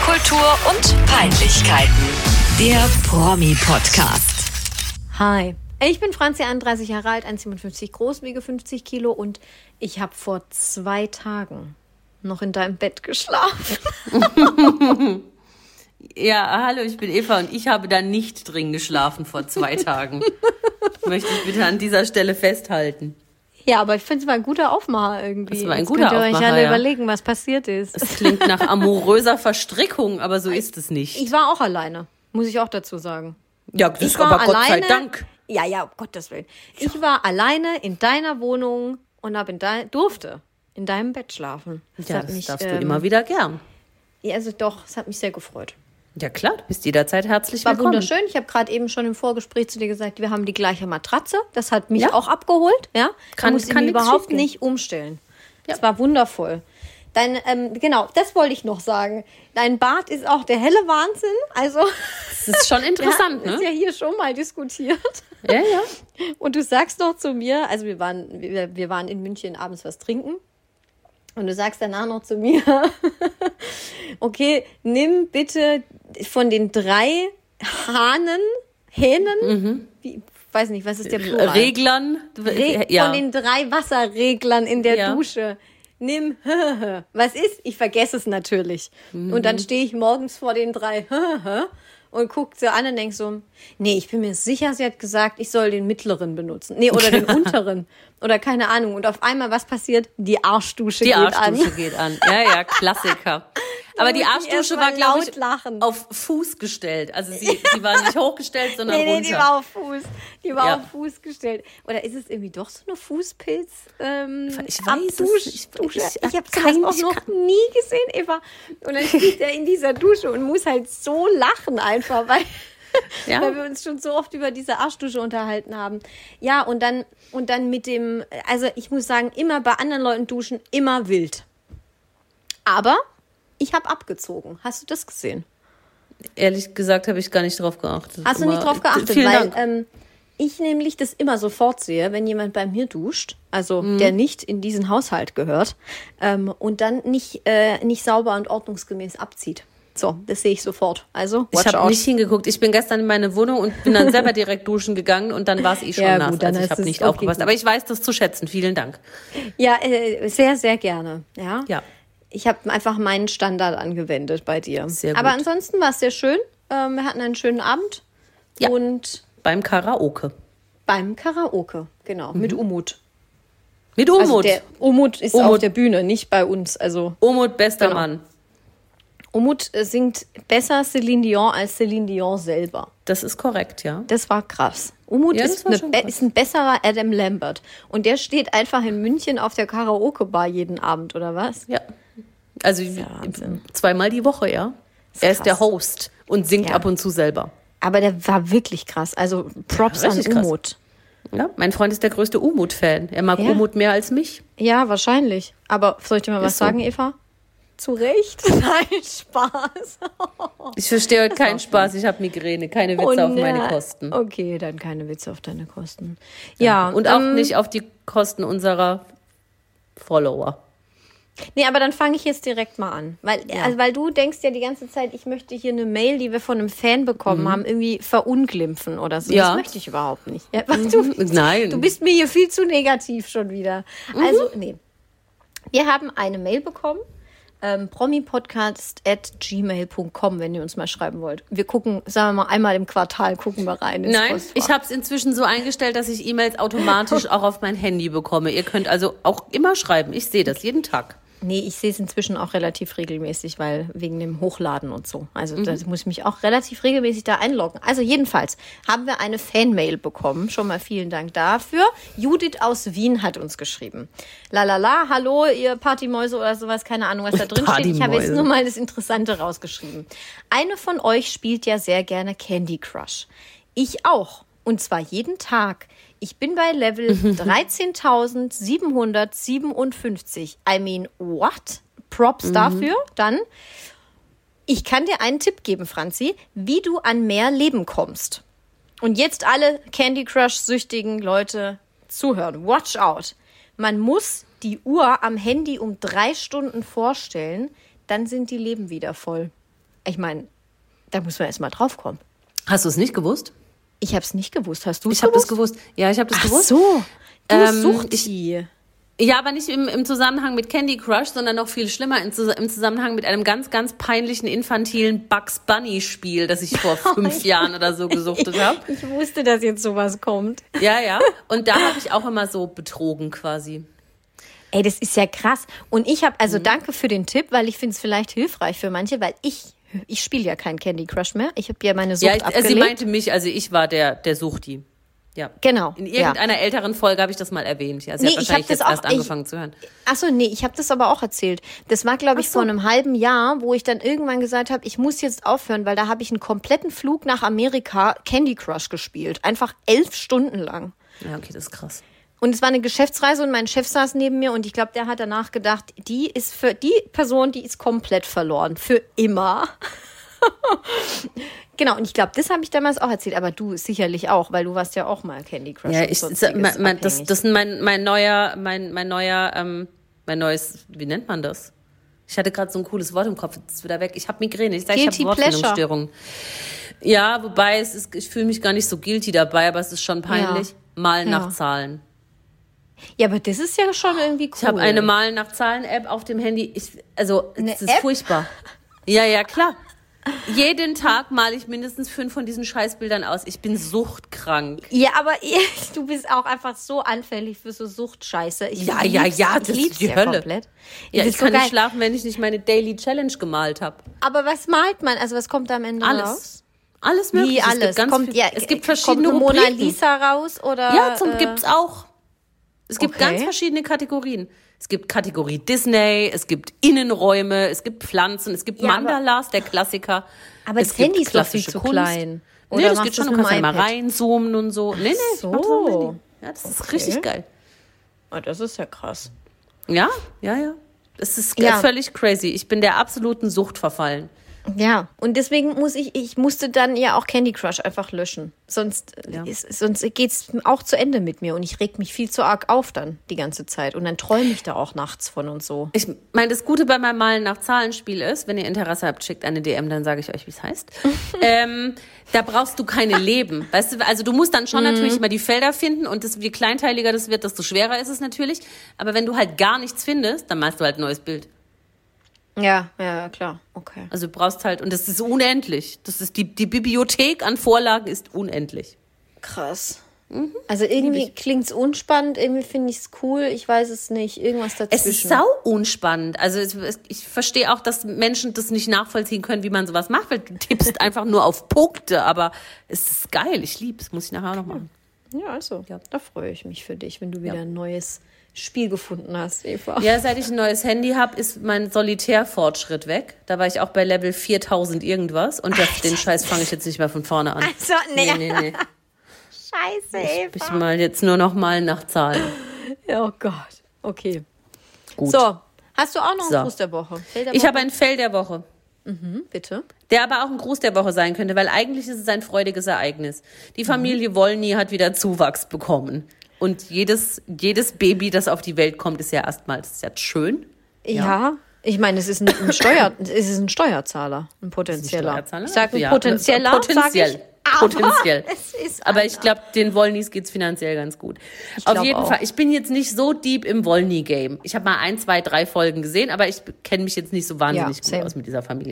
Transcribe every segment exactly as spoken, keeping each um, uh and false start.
Popkultur und Peinlichkeiten. Der Promi-Podcast. Hi, ich bin Franzi, einunddreißig Jahre alt, eins Komma siebenundfünfzig groß, wiege fünfzig Kilo und ich habe vor zwei Tagen noch in deinem Bett geschlafen. Ja, hallo, ich bin Eva und ich habe da nicht drin geschlafen vor zwei Tagen. Möchte ich bitte an dieser Stelle festhalten. Ja, aber ich finde es war ein guter Aufmacher irgendwie. Das war ein Jetzt guter könnt ihr Aufmacher, euch alle ja. überlegen, was passiert ist. Es klingt nach amoröser Verstrickung, aber so ist es nicht. Ich war auch alleine, muss ich auch dazu sagen. Ja, das Ich ist war aber Gott sei alleine- Dank. Ja, ja, um Gottes Willen. Ich war alleine in deiner Wohnung und hab in dein, durfte in deinem Bett schlafen. Ja, hat das mich, darfst du ähm, immer wieder gern. Ja, also doch, es hat mich sehr gefreut. Ja klar, du bist jederzeit herzlich War willkommen. wunderschön. Ich habe gerade eben schon im Vorgespräch zu dir gesagt, wir haben die gleiche Matratze. Das hat mich Ja. auch abgeholt. Ja, Kann- da muss ich kann mich nichts überhaupt schiefgehen. nicht umstellen. Ja. Das war wundervoll. Dein, ähm, genau, das wollte ich noch sagen. Dein Bart ist auch der helle Wahnsinn. Also, Das ist schon interessant, ja, ist ne? ja hier schon mal diskutiert. Ja, ja. Und du sagst noch zu mir, also wir waren, wir, wir waren in München abends was trinken. Und du sagst danach noch zu mir, okay, nimm bitte von den drei Hahnen, Hähnen, wie, weiß nicht, was ist der Plural? Reglern. Re ja. Von den drei Wasserreglern in der Ja. Dusche. Nimm, was ist? Ich vergesse es natürlich. Mhm. Und dann stehe ich morgens vor den drei und gucke sie an und denke so, nee, ich bin mir sicher, sie hat gesagt, ich soll den mittleren benutzen. Nee, oder den unteren. Oder keine Ahnung. Und auf einmal, was passiert? Die Arschdusche Die geht Arschdusche an. geht an. Ja, ja, Klassiker. Aber die muss ich erst Arschdusche mal war, glaube laut ich, lachen. auf Fuß gestellt. Also sie, sie war nicht hochgestellt, sondern Nee, nee, runter. die war auf Fuß. Die war Ja. auf Fuß gestellt. Oder ist es irgendwie doch so eine Fußpilz? Ähm, Ich weiß es Abdusch- nicht. Dusche? Ich- Ich, habe kein- sowas auch ich noch kann- nie gesehen, Eva. Und dann steht er in dieser Dusche und muss halt so lachen einfach, weil, Ja. weil wir uns schon so oft über diese Arschdusche unterhalten haben. Ja, und dann, und dann mit dem, also ich muss sagen, immer bei anderen Leuten duschen, immer wild. Aber ich habe abgezogen. Hast du das gesehen? Ehrlich gesagt habe ich gar nicht drauf geachtet. Hast du nicht Aber drauf geachtet? Vielen weil Dank. ähm, ich nämlich das immer sofort sehe, wenn jemand bei mir duscht, also Mhm. der nicht in diesen Haushalt gehört, ähm, und dann nicht, äh, nicht sauber und ordnungsgemäß abzieht. So, das sehe ich sofort. Also, Ich watch habe out. nicht hingeguckt. Ich bin gestern in meine Wohnung und bin dann selber direkt duschen gegangen und dann war es eh schon Ja, nass. gut, dann also ich ist habe es nicht okay, aufgepasst. gut. Aber ich weiß das zu schätzen. Vielen Dank. Ja, äh, sehr, sehr gerne. Ja. Ja. Ich habe einfach meinen Standard angewendet bei dir. Sehr gut. Aber ansonsten war es sehr schön. Ähm, wir hatten einen schönen Abend. Ja. Und Beim Karaoke. beim Karaoke, genau, mit Umut. Mit Umut. Also der Umut ist Umut. auf der Bühne, nicht bei uns. Also Umut, bester Genau. Mann. Umut äh, singt besser Celine Dion als Celine Dion selber. Das ist korrekt, ja. Das war krass. Umut Ja, das ist, war eine, schon be- krass. ist ein besserer Adam Lambert. Und der steht einfach in München auf der Karaoke-Bar jeden Abend, oder was? Ja. Also Wahnsinn. zweimal die Woche, ja. Er ist krass. der Host und singt Ja. ab und zu selber. Aber der war wirklich krass. Also Props Ja, an richtig krass. Umut. Ja, mein Freund ist der größte Umut-Fan. Er mag Ja. Umut mehr als mich. Ja, wahrscheinlich. Aber soll ich dir mal was Ist so. sagen, Eva? Zu Recht. Nein, Spaß. Ich verstehe heute keinen Spaß. Ich habe Migräne. Keine Witze auf meine na- Kosten. Okay, dann keine Witze auf deine Kosten. Ja, Und auch ähm, nicht auf die Kosten unserer Follower. Nee, aber dann fange ich jetzt direkt mal an. Weil, also, weil du denkst ja die ganze Zeit, ich möchte hier eine Mail, die wir von einem Fan bekommen haben, irgendwie verunglimpfen oder so. Ja. Das möchte ich überhaupt nicht. Ja, du, Nein. du bist mir hier viel zu negativ schon wieder. Also, nee. Wir haben eine Mail bekommen. Ähm, promipodcast at gmail punkt com, wenn ihr uns mal schreiben wollt. Wir gucken, sagen wir mal, einmal im Quartal gucken wir rein ins Nein, Postfach. ich habe es inzwischen so eingestellt, dass ich E-Mails automatisch auch auf mein Handy bekomme. Ihr könnt also auch immer schreiben. Ich sehe das jeden Tag. Nee, ich sehe es inzwischen auch relativ regelmäßig, weil wegen dem Hochladen und so. Also da muss ich mich auch relativ regelmäßig da einloggen. Also jedenfalls haben wir eine Fanmail bekommen. Schon mal vielen Dank dafür. Judith aus Wien hat uns geschrieben. Lalala, hallo, ihr Partymäuse oder sowas, keine Ahnung, was da drin steht. Ich habe jetzt Partymäuse. nur mal das Interessante rausgeschrieben. Eine von euch spielt ja sehr gerne Candy Crush. Ich auch. Und zwar jeden Tag. Ich bin bei Level dreizehntausendsiebenhundertsiebenundfünfzig. I mean, what? Props dafür. Dann, ich kann dir einen Tipp geben, Franzi, wie du an mehr Leben kommst. Und jetzt alle Candy Crush-süchtigen Leute zuhören. Watch out. Man muss die Uhr am Handy um drei Stunden vorstellen, dann sind die Leben wieder voll. Ich meine, da muss man erst mal drauf kommen. Hast du es nicht gewusst? Ich habe es nicht gewusst. Hast du es Ich habe gewusst? das gewusst. Ja, ich habe das Ach gewusst. so, du Ähm, Suchti. Ja, aber nicht im, im Zusammenhang mit Candy Crush, sondern noch viel schlimmer im, Zus- im Zusammenhang mit einem ganz, ganz peinlichen, infantilen Bugs Bunny-Spiel, das ich vor fünf Jahren oder so gesuchtet habe. Ich wusste, dass jetzt sowas kommt. Ja, ja. Und da habe ich auch immer so betrogen quasi. Ey, das ist ja krass. Und ich habe, Mhm. also danke für den Tipp, weil ich finde es vielleicht hilfreich für manche, weil ich, ich spiele ja kein Candy Crush mehr. Ich habe ja meine Sucht Ja, ich, äh, abgelegt. sie meinte mich, also ich war der, der Suchti. Ja. Genau. In ja. irgendeiner älteren Folge habe ich das mal erwähnt. Ja, sie Nee, hat ich wahrscheinlich hab das jetzt auch- erst ich- angefangen zu hören. Achso, nee, ich habe das aber auch erzählt. Das war, glaube ich, Ach so. vor einem halben Jahr, wo ich dann irgendwann gesagt habe, ich muss jetzt aufhören, weil da habe ich einen kompletten Flug nach Amerika Candy Crush gespielt. Einfach elf Stunden lang. Ja, okay, das ist krass. Und es war eine Geschäftsreise und mein Chef saß neben mir und ich glaube, der hat danach gedacht, die ist für die Person, die ist komplett verloren. Für immer. Genau, und ich glaube, das habe ich damals auch erzählt, aber du sicherlich auch, weil du warst ja auch mal Candy Crush. Ja, und ich, sonstiges mein, mein, das, abhängig. das ist mein, mein neuer, mein, mein neuer, ähm, mein neues, wie nennt man das? Ich hatte gerade so ein cooles Wort im Kopf, jetzt ist wieder weg. Ich habe Migräne, ich sage, ich Guilty habe Wortfindungsstörungen. Ja, wobei es ist, ich fühle mich gar nicht so guilty dabei, aber es ist schon peinlich. Ja. Malen Ja. nach Zahlen. Ja, aber das ist ja schon irgendwie cool. Ich habe eine Malen nach Zahlen-App auf dem Handy. Ich, also, Eine es ist App? furchtbar. Ja, ja, klar. Jeden Tag male ich mindestens fünf von diesen Scheißbildern aus. Ich bin suchtkrank. Ja, aber du bist auch einfach so anfällig für so Suchtscheiße. Ich Ja, ja, lieb's- ja, ich das ist lieb's die ja Hölle. komplett. Ja, Das ich ist so kann geil. nicht schlafen, wenn ich nicht meine Daily Challenge gemalt habe. Aber was malt man? Also was kommt da am Ende raus? Alles. Alles mögliche. Wie Es gibt alles? ganz kommt, viel, ja, es gibt kommt verschiedene eine Mona Rubriken. Lisa raus? Oder, Ja, zum äh, gibt's auch. Es gibt okay. ganz verschiedene Kategorien. Es gibt Kategorie Disney, es gibt Innenräume, es gibt Pflanzen, es gibt Ja, aber- Mandalas, der Klassiker. Aber es das Handy gibt ist doch viel klassische zu Kunst. klein. Nee, Oder das machst geht schon, du du das kannst mit ja dem mal iPad? reinzoomen und so. Nee, nee, ich mach das am so. Handy. Ja, das ist Okay. richtig geil. Oh, das ist ja krass. Ja, ja, ja. Das ist Ja. völlig crazy. Ich bin der absoluten Sucht verfallen. Ja, und deswegen muss ich, ich musste dann ja auch Candy Crush einfach löschen. Sonst, Ja. ist, sonst geht's auch zu Ende mit mir und ich reg mich viel zu arg auf dann die ganze Zeit. Und dann träume ich da auch nachts von und so. Ich meine, das Gute bei meinem Malen nach Zahlenspiel ist, wenn ihr Interesse habt, schickt eine D M, dann sage ich euch, wie es heißt. ähm, da brauchst du keine Leben. Weißt du, also du musst dann schon natürlich immer die Felder finden und das, je kleinteiliger das wird, desto schwerer ist es natürlich. Aber wenn du halt gar nichts findest, dann malst du halt ein neues Bild. Ja, ja, klar. Okay. Also du brauchst halt, und das ist unendlich. Das ist die, die Bibliothek an Vorlagen ist unendlich. Krass. Also irgendwie klingt's unspannend, irgendwie finde ich's cool, ich weiß es nicht, irgendwas dazwischen. Es ist sau unspannend. Also es, es, ich verstehe auch, dass Menschen das nicht nachvollziehen können, wie man sowas macht, weil du tippst einfach nur auf Punkte, aber es ist geil, ich lieb's, muss ich nachher auch noch machen. Ja, also, Ja. da freue ich mich für dich, wenn du wieder Ja. ein neues Spiel gefunden hast, Eva. Ja, seit ich ein neues Handy habe, ist mein Solitärfortschritt weg. Da war ich auch bei Level viertausend irgendwas und das, den Scheiß fange ich jetzt nicht mehr von vorne an. Also, nee. Nee, nee, nee. Scheiße, Eva. Ich mal jetzt nur noch mal nach Zahlen. Oh Gott. Okay. Gut. So, hast du auch noch einen So. Gruß der Woche? Fell der Ich Woche? habe ein Fell der Woche. Hm, bitte. Der aber auch ein Gruß der Woche sein könnte, weil eigentlich ist es ein freudiges Ereignis. Die Familie Wollny hat wieder Zuwachs bekommen. Und jedes, jedes Baby, das auf die Welt kommt, ist ja erstmal, das ist ja schön. Ja. Ich meine, es ist ein, ein, Steuer, es ist ein Steuerzahler, ein potenzieller. Steuerzahler? Ich sage ein Ja, potenzieller, potenziell. sag ich. Aber Potenziell. es ist Aber einer. ich glaube, den Wollnys geht's finanziell ganz gut. Ich Auf glaub jeden auch. Fall. Ich bin jetzt nicht so deep im Wollny-Game. Ich habe mal ein, zwei, drei Folgen gesehen, aber ich kenne mich jetzt nicht so wahnsinnig Ja, gut same. aus mit dieser Familie.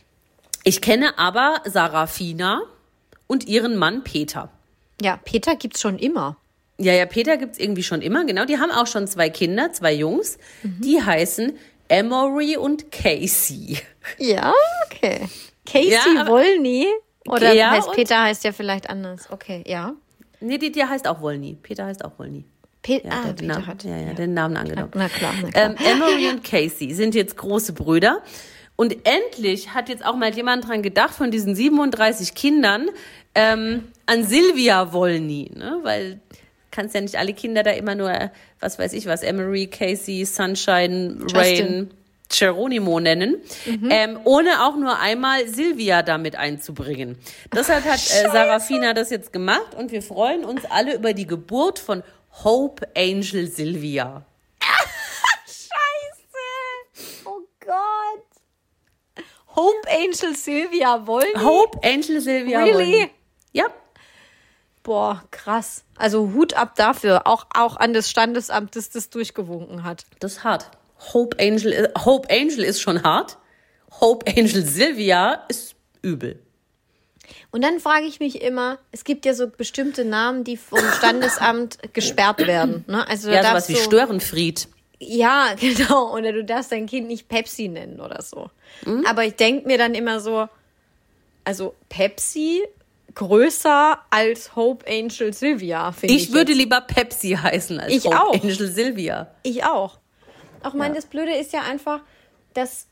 Ich kenne aber Sarafina und ihren Mann Peter. Ja, Peter gibt's schon immer. Ja, ja, Peter gibt's irgendwie schon immer, genau. Die haben auch schon zwei Kinder, zwei Jungs. Mhm. Die heißen Emory und Casey. Ja, okay. Casey Ja, aber- Wollny? Oder Ja, heißt und- Peter heißt ja vielleicht anders. Okay, ja. Nee, die, die heißt auch Wollny. Peter heißt auch Wollny. Pe Ja, ah, der Peter Namen, hat. ja, ja, den Namen angenommen. Na klar, na klar. Ähm, Emory und Casey sind jetzt große Brüder. Und endlich hat jetzt auch mal jemand dran gedacht, von diesen siebenunddreißig Kindern, ähm, an Sylvia Wollny, ne? Weil kannst ja nicht alle Kinder da immer nur, äh, was weiß ich was, Emory, Casey, Sunshine, Rain, Geronimo nennen, ähm, ohne auch nur einmal Sylvia damit einzubringen. Deshalb hat äh, Sarafina das jetzt gemacht und wir freuen uns alle über die Geburt von Hope Angel Sylvia. Scheiße! Oh Gott! Hope Angel Sylvia Wolny? Hope Angel Sylvia Really? Wolny. Ja. Boah, krass. Also Hut ab dafür. Auch, auch an das Standesamt, das das durchgewunken hat. Das ist hart. Hope Angel, Hope Angel ist schon hart. Hope Angel Sylvia ist übel. Und dann frage ich mich immer, es gibt ja so bestimmte Namen, die vom Standesamt gesperrt werden. Ne? Also Ja, da sowas darfst wie du, Störenfried. Ja, genau. Oder du darfst dein Kind nicht Pepsi nennen oder so. Mhm. Aber ich denke mir dann immer so, also Pepsi größer als Hope Angel Sylvia, finde ich. Ich würde jetzt. lieber Pepsi heißen als Ich Hope auch. Angel Sylvia. Ich auch. Auch mein, Ja. das Blöde ist ja einfach, dass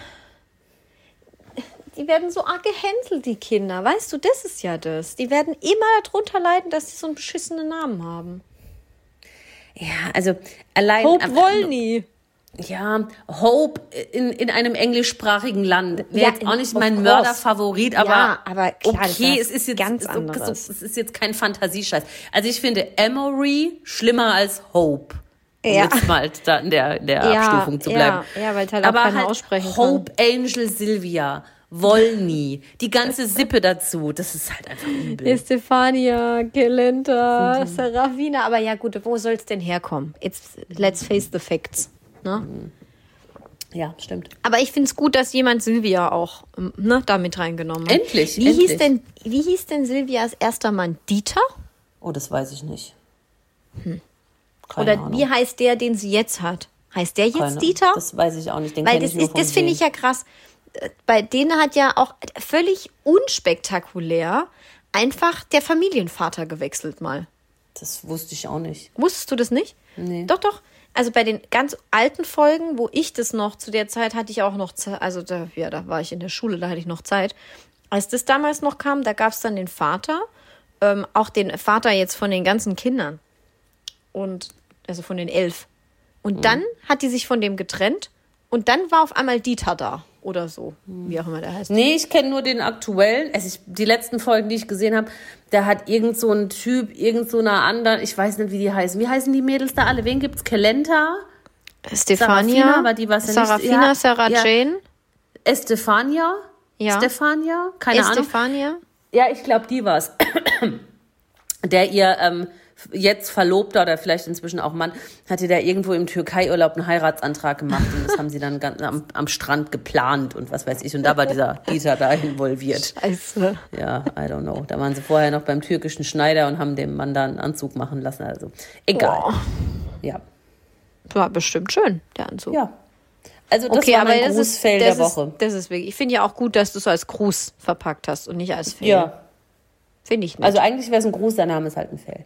die werden so arg gehänselt, die Kinder. Weißt du, das ist ja das. Die werden immer darunter leiden, dass sie so einen beschissenen Namen haben. Ja, also allein... Hope äh, Wolny. Ja, Hope in, in einem englischsprachigen Land wäre Ja, jetzt auch nicht of mein course. Mörderfavorit, aber, Ja, aber klar, okay, das es ist ist jetzt ganz so, anderes. so, es ist jetzt kein Fantasiescheiß. Also ich finde Emory schlimmer als Hope. Um Ja. jetzt mal da in der, in der Ja, Abstufung zu bleiben. ja, ja, weil es halt auch aber keiner halt aussprechen Hope Angel Sylvia, Wolny, die ganze Sippe dazu, das ist halt einfach übel. Estefania, Kelenta, mhm. Serafina. Aber ja gut, wo soll es denn herkommen? Jetzt, let's face the facts. Ne? Ja, stimmt. Aber ich finde es gut, dass jemand Sylvia auch ne, da mit reingenommen hat. Endlich, wie endlich. Hieß denn, wie hieß denn Sylvias erster Mann? Dieter? Oh, das weiß ich nicht. Hm. Keine Oder Ahnung. wie heißt der, den sie jetzt hat? Heißt der jetzt Keine, Dieter? Das weiß ich auch nicht. Den Weil kenn das ich nur ist, vom das finde ich Sehen. ja krass. Bei denen hat ja auch völlig unspektakulär einfach der Familienvater gewechselt mal. Das wusste ich auch nicht. Wusstest du das nicht? Nee. Doch, doch. Also bei den ganz alten Folgen, wo ich das noch, zu der Zeit hatte ich auch noch Zeit, also da, ja, da war ich in der Schule, da hatte ich noch Zeit. Als das damals noch kam, da gab es dann den Vater, ähm, auch den Vater jetzt von den ganzen Kindern. Und, also von den elf. Und mhm. dann hat die sich von dem getrennt und dann war auf einmal Dieter da. Oder so, wie auch immer der heißt. Nee, ich kenne nur den aktuellen. Also ich, die letzten Folgen, die ich gesehen habe, da hat irgend so ein Typ, irgend so einer anderen, ich weiß nicht, wie die heißen. Wie heißen die Mädels da alle? Wen gibt's? Kelenta? Stefania, Sarafina, aber die war's ja nicht. Sarafina, Ja, Sarah ja. Jane. Estefania? Ja. Stefania? Keine Ahnung. Estefania. Ja, ich glaube, die war's. Der ihr ähm, jetzt Verlobter oder vielleicht inzwischen auch Mann, hatte da irgendwo im Türkei-Urlaub einen Heiratsantrag gemacht und das haben sie dann ganz am, am Strand geplant und was weiß ich. Und da war dieser Dieter da involviert. Scheiße. Ja, I don't know. Da waren sie vorher noch beim türkischen Schneider und haben dem Mann da einen Anzug machen lassen. Also egal. Boah. Ja. War bestimmt schön, der Anzug. Ja. Also das Okay, war aber mein das ist, Grußfail das, der Woche. ist, das ist wirklich. Ich finde ja auch gut, dass du es als Gruß verpackt hast und nicht als Fail. Ja. Finde ich nicht. Also eigentlich wäre es ein Gruß, der Name ist halt ein Fail.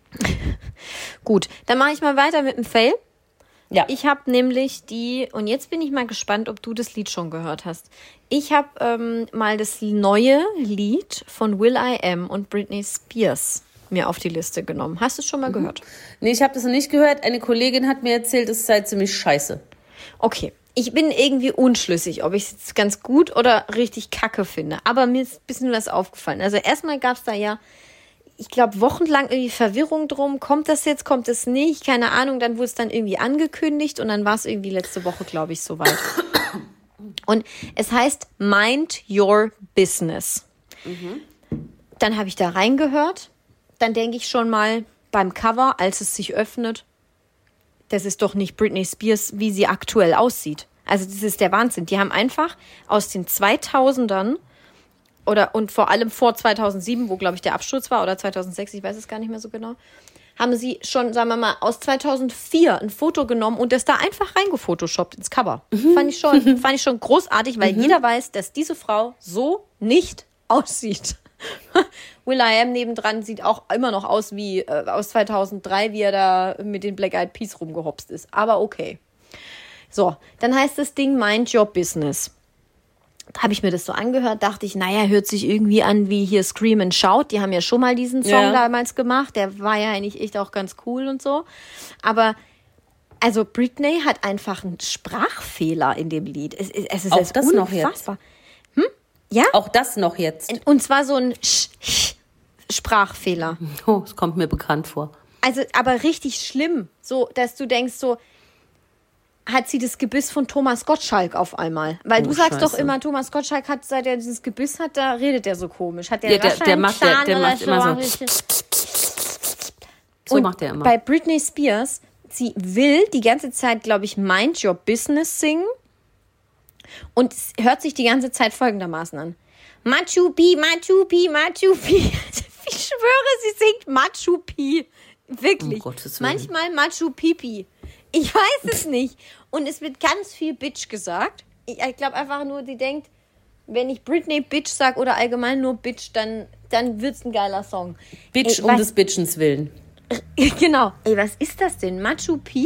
Gut, dann mache ich mal weiter mit dem Fail. Ja. Ich habe nämlich die, und jetzt bin ich mal gespannt, ob du das Lied schon gehört hast. Ich habe ähm, mal das neue Lied von Will I Am und Britney Spears mir auf die Liste genommen. Hast du es schon mal mhm. gehört? Nee, ich habe das noch nicht gehört. Eine Kollegin hat mir erzählt, es sei ziemlich scheiße. Okay, ich bin irgendwie unschlüssig, ob ich es jetzt ganz gut oder richtig kacke finde. Aber mir ist ein bisschen was aufgefallen. Also erstmal gab es da ja, ich glaube, wochenlang irgendwie Verwirrung drum. Kommt das jetzt, kommt es nicht? Keine Ahnung. Dann wurde es dann irgendwie angekündigt und dann war es irgendwie letzte Woche, glaube ich, soweit. Und es heißt Mind Your Business. Mhm. Dann habe ich da reingehört. Dann denke ich schon mal beim Cover, als es sich öffnet, das ist doch nicht Britney Spears, wie sie aktuell aussieht. Also das ist der Wahnsinn. Die haben einfach aus den zweitausendern oder und vor allem vor zweitausendsieben, wo, glaube ich, der Absturz war, oder zweitausendsechs, ich weiß es gar nicht mehr so genau, haben sie schon, sagen wir mal, aus zweitausendvier ein Foto genommen und das da einfach reingefotoshoppt ins Cover. Mhm. Fand ich schon, fand ich schon großartig, weil mhm. jeder weiß, dass diese Frau so nicht aussieht. Will I Am nebendran sieht auch immer noch aus wie äh, aus zweitausenddrei, wie er da mit den Black Eyed Peas rumgehopst ist. Aber okay. So, dann heißt das Ding Mind Your Business. Habe ich mir das so angehört, dachte ich, naja, hört sich irgendwie an wie hier Scream and Shout. Die haben ja schon mal diesen Song ja. damals gemacht. Der war ja eigentlich echt auch ganz cool und so. Aber also Britney hat einfach einen Sprachfehler in dem Lied. Es, es ist auch jetzt das unfassbar. noch jetzt. Hm? Ja? Auch das noch jetzt. Und zwar so ein Sch Sch Sprachfehler. Oh, es kommt mir bekannt vor. Also, aber richtig schlimm. So, dass du denkst so, hat sie das Gebiss von Thomas Gottschalk auf einmal. Weil Oh, du sagst Scheiße. doch immer, Thomas Gottschalk hat, seit er dieses Gebiss hat, da redet er so komisch. Hat der, Ja, der- der macht- der- der macht immer so. So Und macht er immer. bei Britney Spears, sie will die ganze Zeit, glaube ich, Mind Your Business singen und es hört sich die ganze Zeit folgendermaßen an. Machu Pi, Machu Pi, Machu Pi. Ich schwöre, sie singt Machu Pi. Wirklich. Um Gottes Willen. Manchmal Machu Pipi. Ich weiß es nicht. Und es wird ganz viel Bitch gesagt. Ich, ich glaube einfach nur, die denkt, wenn ich Britney Bitch sag oder allgemein nur Bitch, dann, dann wird's ein geiler Song. Bitch Ey, um was- des Bitchens willen. Genau. Ey, was ist das denn? Machu Pi?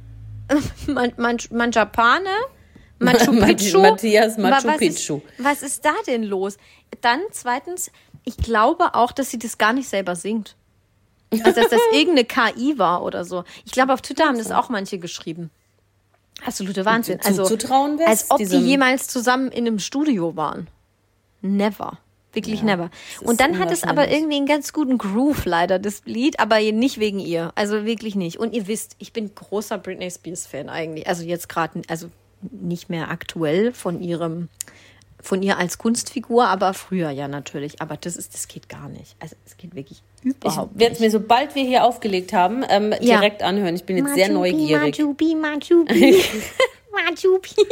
Man, Man, Manjapane? Machu Picchu? Matthias Machu was Picchu. Ist, was ist da denn los? Dann zweitens, ich glaube auch, dass sie das gar nicht selber singt. Also, dass das irgendeine K I war oder so. Ich glaube, auf Twitter haben das auch manche geschrieben. Absolute Wahnsinn. Zu- Also, zuzutrauen wär's als ob die diesem- jemals zusammen in einem Studio waren. Never. Wirklich never. ist Und dann hat es aber unwahrscheinlich. irgendwie einen ganz guten Groove leider, das Lied, aber nicht wegen ihr. Also wirklich nicht. Und ihr wisst, ich bin großer Britney Spears Fan eigentlich. Also jetzt gerade, also nicht mehr aktuell von ihrem, von ihr als Kunstfigur, aber früher ja natürlich. Aber das ist, das geht gar nicht. Also es geht wirklich Ich überhaupt werde es mir, sobald wir hier aufgelegt haben, ähm, Ja. direkt anhören. Ich bin jetzt sehr neugierig. Machu Pi, Machu Pi, Machu Pi.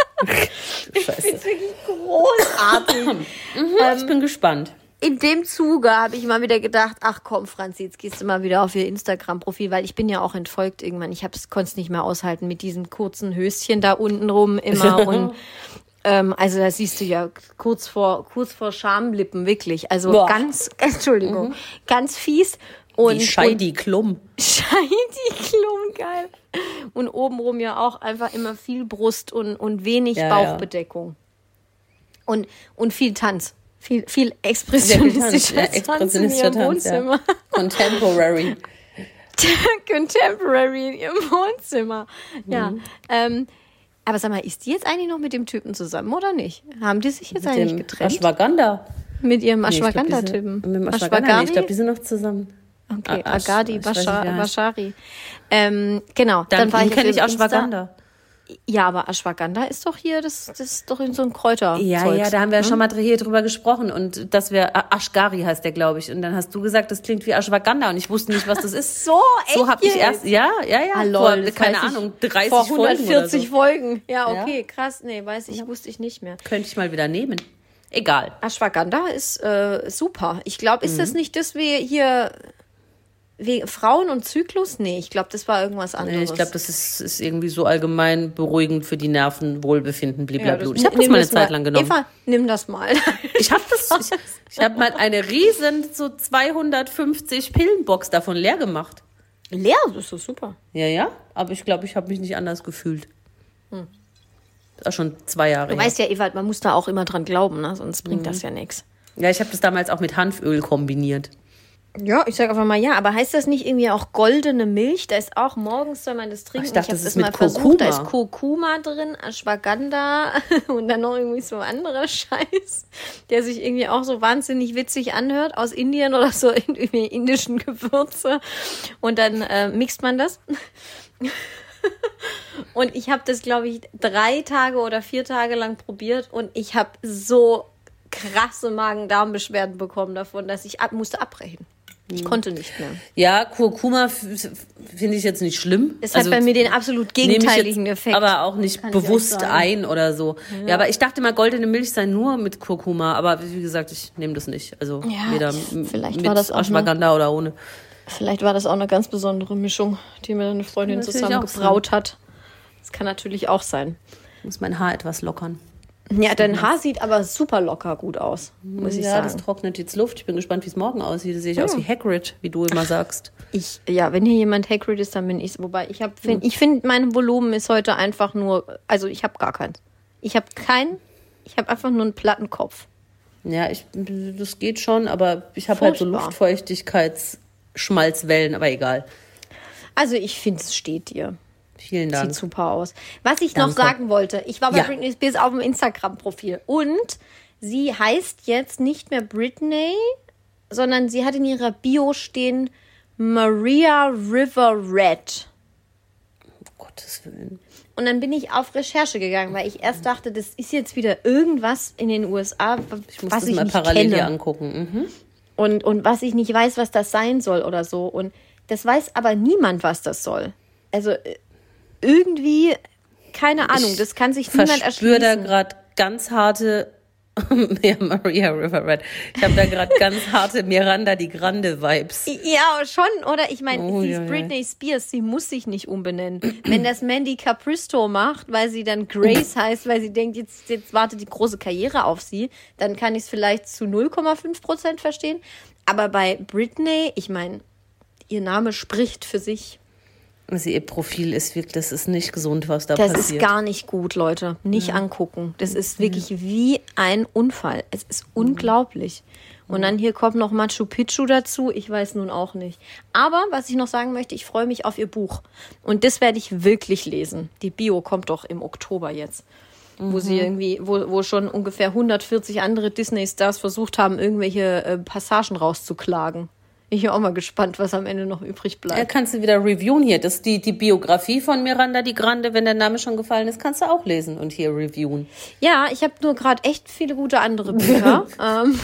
Scheiße. Wirklich großartig. Ich bin gespannt. In dem Zuge habe ich mal wieder gedacht, ach komm, Franzi, jetzt gehst du mal wieder auf ihr Instagram-Profil, weil ich bin ja auch entfolgt irgendwann. Ich konnte es nicht mehr aushalten mit diesem kurzen Höschen da unten rum immer. Und ähm, also da siehst du ja kurz vor, kurz vor Schamlippen, wirklich. Also Boah. ganz, Entschuldigung, ganz fies. Und, Wie Scheidi Klum. Scheidi Klum, geil. Und obenrum ja auch einfach immer viel Brust und, und wenig Ja, Bauchbedeckung. Und, und viel Tanz. Viel, viel Sehr viel Tanz. expressionistischer Ja, Tanz in expressionistischer ihrem Tanz, ja. Wohnzimmer. Contemporary. Contemporary in ihrem Wohnzimmer. Ja. Mhm. Ähm, aber sag mal, ist die jetzt eigentlich noch mit dem Typen zusammen oder nicht? Haben die sich jetzt eigentlich Dem getrennt? Ashwagandha. mit ihrem Nee, ich glaub, die sind- Ashwagandha-Typen? Mit dem Ashwagandha. Nee, ich glaube, die sind noch zusammen. Okay, Ah, Ash- Agadi ich weiß nicht, Basha- wie er heißt. Bashari. Ähm, genau, Dann, dann, war dann ich kenne auf ich ihrem Insta- Ashwagandha. Ja, aber Ashwagandha ist doch hier, das, das ist doch in so ein Kräuter. Ja, Zeugs, ja, da haben wir ja ne? schon mal hier drüber gesprochen und dass wir Ashgari heißt der, glaube ich. Und dann hast du gesagt, das klingt wie Ashwagandha und ich wusste nicht, was das ist. So, echt So habe ich jetzt? erst, ja, ja, ja, Ah, lol, vor, das keine weiß ich Ahnung, dreißig vor Folgen oder hundertvierzig so. Folgen. Ja, Ja. okay, krass. Nee, weiß ich, wusste ich nicht mehr. Könnte ich mal wieder nehmen. Egal. Ashwagandha ist äh, super. Ich glaube, ist Mhm. das nicht das wie hier wie Frauen und Zyklus? Nee, ich glaube, das war irgendwas anderes. Nee, ich glaube, das ist, ist irgendwie so allgemein beruhigend für die Nerven, Wohlbefinden, blablabla. Ja, ich habe das nimm mal eine Zeit mal. lang genommen. Eva, nimm das mal. Ich habe das, ich, ich habe mal eine riesen, so zweihundertfünfzig Pillenbox davon leer gemacht. Leer, das ist so super. Ja, ja, aber ich glaube, ich habe mich nicht anders gefühlt. Das ist auch schon zwei Jahre Du her. weißt ja, Eva, man muss da auch immer dran glauben, ne? Sonst bringt Mhm. das ja nichts. Ja, ich habe das damals auch mit Hanföl kombiniert. Ja, ich sag einfach mal ja, aber heißt das nicht irgendwie auch goldene Milch? Da ist auch morgens soll man das trinken. ich dachte, hab das ist mit versucht, da ist Kurkuma. Kurkuma drin, Ashwagandha und dann noch irgendwie so anderer Scheiß, der sich irgendwie auch so wahnsinnig witzig anhört aus Indien oder so in irgendwie indischen Gewürze und dann äh, mixt man das. Und ich habe das, glaube ich, drei Tage oder vier Tage lang probiert und ich habe so krasse Magen-Darm-Beschwerden bekommen davon, dass ich ab, musste abbrechen. Ich konnte nicht mehr. Ja, Kurkuma f- f- finde ich jetzt nicht schlimm. Es hat bei mir den absolut nehme ich gegenteiligen jetzt Effekt. aber auch nicht Kann ich bewusst euch sagen. ein oder so. Ja. aber ich dachte mal, goldene Milch sei nur mit Kurkuma. Aber wie gesagt, ich nehme das nicht. Also Ja, weder ich- m- vielleicht mit war das auch Ashwagandha oder ohne. Vielleicht war das auch eine ganz besondere Mischung, die mir eine Freundin Kann natürlich zusammen auch sein. gebraut hat. Das kann natürlich auch sein. Ich muss mein Haar etwas lockern. Ja, dein Haar sieht aber super locker gut aus, muss ich ja, das sagen. trocknet jetzt Luft. Ich bin gespannt, wie es morgen aussieht. Da sehe ich aus wie Hagrid, wie du immer sagst. Ich, ja, wenn hier jemand Hagrid ist, dann bin ich Wobei, ich habe, Hm. find, ich finde, mein Volumen ist heute einfach nur, also ich habe gar keins. Ich habe keinen, ich habe einfach nur einen platten Kopf. Ja, ich, das geht schon, aber ich habe halt so Furchtbar. Luftfeuchtigkeitsschmalzwellen, aber egal. Also ich finde, es steht dir. Vielen Dank. Sieht super aus. Was ich noch Danke. sagen wollte, ich war bei Ja. Britney Spears auf dem Instagram-Profil und sie heißt jetzt nicht mehr Britney, sondern sie hat in ihrer Bio stehen Maria River Red. Oh Gott, Gottes Willen. Und dann bin ich auf Recherche gegangen, weil ich erst dachte, das ist jetzt wieder irgendwas in den U S A, Ich muss was das ich mal nicht parallel kenne. hier angucken. Mhm. Und, und was ich nicht weiß, was das sein soll oder so. Und das weiß aber niemand, was das soll. Also äh, irgendwie, keine Ahnung, das kann sich niemand Ich verspüre da erschließen. gerade ganz harte ja, Maria River Red. Ich habe da gerade ganz harte Miranda die Grande Vibes. Ja, schon, oder? Ich meine, Oh, sie ja, ist ja. Britney Spears, sie muss sich nicht umbenennen. Wenn das Mandy Capristo macht, weil sie dann Grace heißt, weil sie denkt, jetzt, jetzt wartet die große Karriere auf sie, dann kann ich es vielleicht zu null Komma fünf Prozent verstehen. Aber bei Britney, ich meine, ihr Name spricht für sich. Also ihr Profil ist wirklich, das ist nicht gesund, was da Das passiert. ist gar nicht gut, Leute. Nicht angucken. Das ist wirklich wie ein Unfall. Es ist unglaublich. Und dann hier kommt noch Machu Picchu dazu. Ich weiß nun auch nicht. Aber was ich noch sagen möchte, ich freue mich auf ihr Buch. Und das werde ich wirklich lesen. Die Bio kommt doch im Oktober jetzt. Wo sie irgendwie, wo, wo schon ungefähr hundertvierzig andere Disney-Stars versucht haben, irgendwelche äh, Passagen rauszuklagen. Ich bin auch mal gespannt, was am Ende noch übrig bleibt. Ja, kannst du wieder reviewen hier. Das die, die Biografie von Miranda die Grande, wenn der Name schon gefallen ist, kannst du auch lesen und hier reviewen. Ja, ich habe nur gerade echt viele gute andere Bücher. ähm,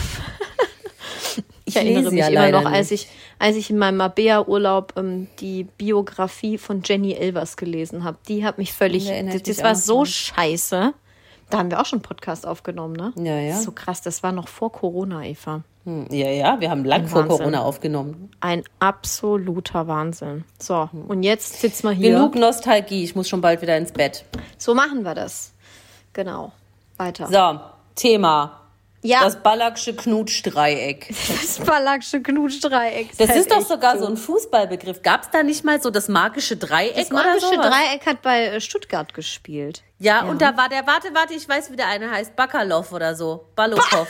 ich erinnere lese mich ja immer leider noch, als nicht. ich, als ich in meinem Mabea-Urlaub ähm, die Biografie von Jenny Elvers gelesen habe. Die hat mich völlig, Da erinnere das, ich mich das war auch so dran. scheiße. Da haben wir auch schon einen Podcast aufgenommen, ne? Ja, ja. Das ist so krass, das war noch vor Corona, Eva. Hm, Ja, ja, wir haben lang vor Wahnsinn. Corona aufgenommen. Ein absoluter Wahnsinn. So, und jetzt sitzen wir hier. Genug Nostalgie, ich muss schon bald wieder ins Bett. So machen wir das. Genau. Weiter. So, Thema. Ja. Das Ballacksche Knutschdreieck. Das Ballacksche Knutschdreieck. Das halt ist doch echt sogar so ein Fußballbegriff. Gab es da nicht mal so das magische Dreieck Das oder magische sowas? Dreieck hat bei äh, Stuttgart gespielt. Ja, und da war der, warte, warte, ich weiß, wie der eine heißt, Bakalov oder so. Balokov.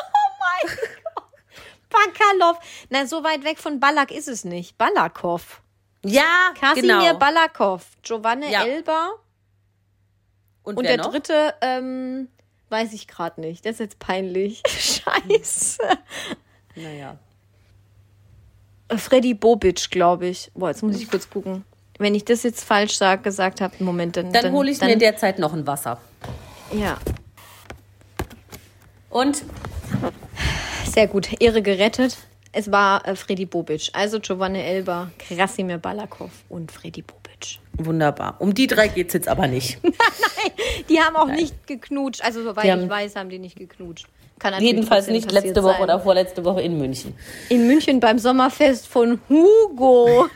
Bakalov. Na, so weit weg von Ballack ist es nicht. Balakow. Ja, Kasimir genau. Balakow. Giovanni Ja. Elber. Und, Und wer der noch? dritte, ähm, weiß ich gerade nicht. Das ist jetzt peinlich. Scheiße. Naja. Freddy Bobic, glaube ich. Boah, jetzt muss ich kurz gucken. Wenn ich das jetzt falsch sag, gesagt habe, Moment, dann... Dann hole ich dann, mir derzeit noch ein Wasser. Ja, Und sehr gut. Ehre gerettet. Es war äh, Freddy Bobic. Also Giovanni Elber, Krasimir Balakow und Freddy Bobic. wunderbar. Um die drei geht's jetzt aber nicht. Die haben auch nicht geknutscht. Also soweit Die ich haben- weiß, haben die nicht geknutscht. Kann natürlich Jedenfalls trotzdem nicht passiert letzte Woche sein. oder vorletzte Woche in München. In München beim Sommerfest von Hugo.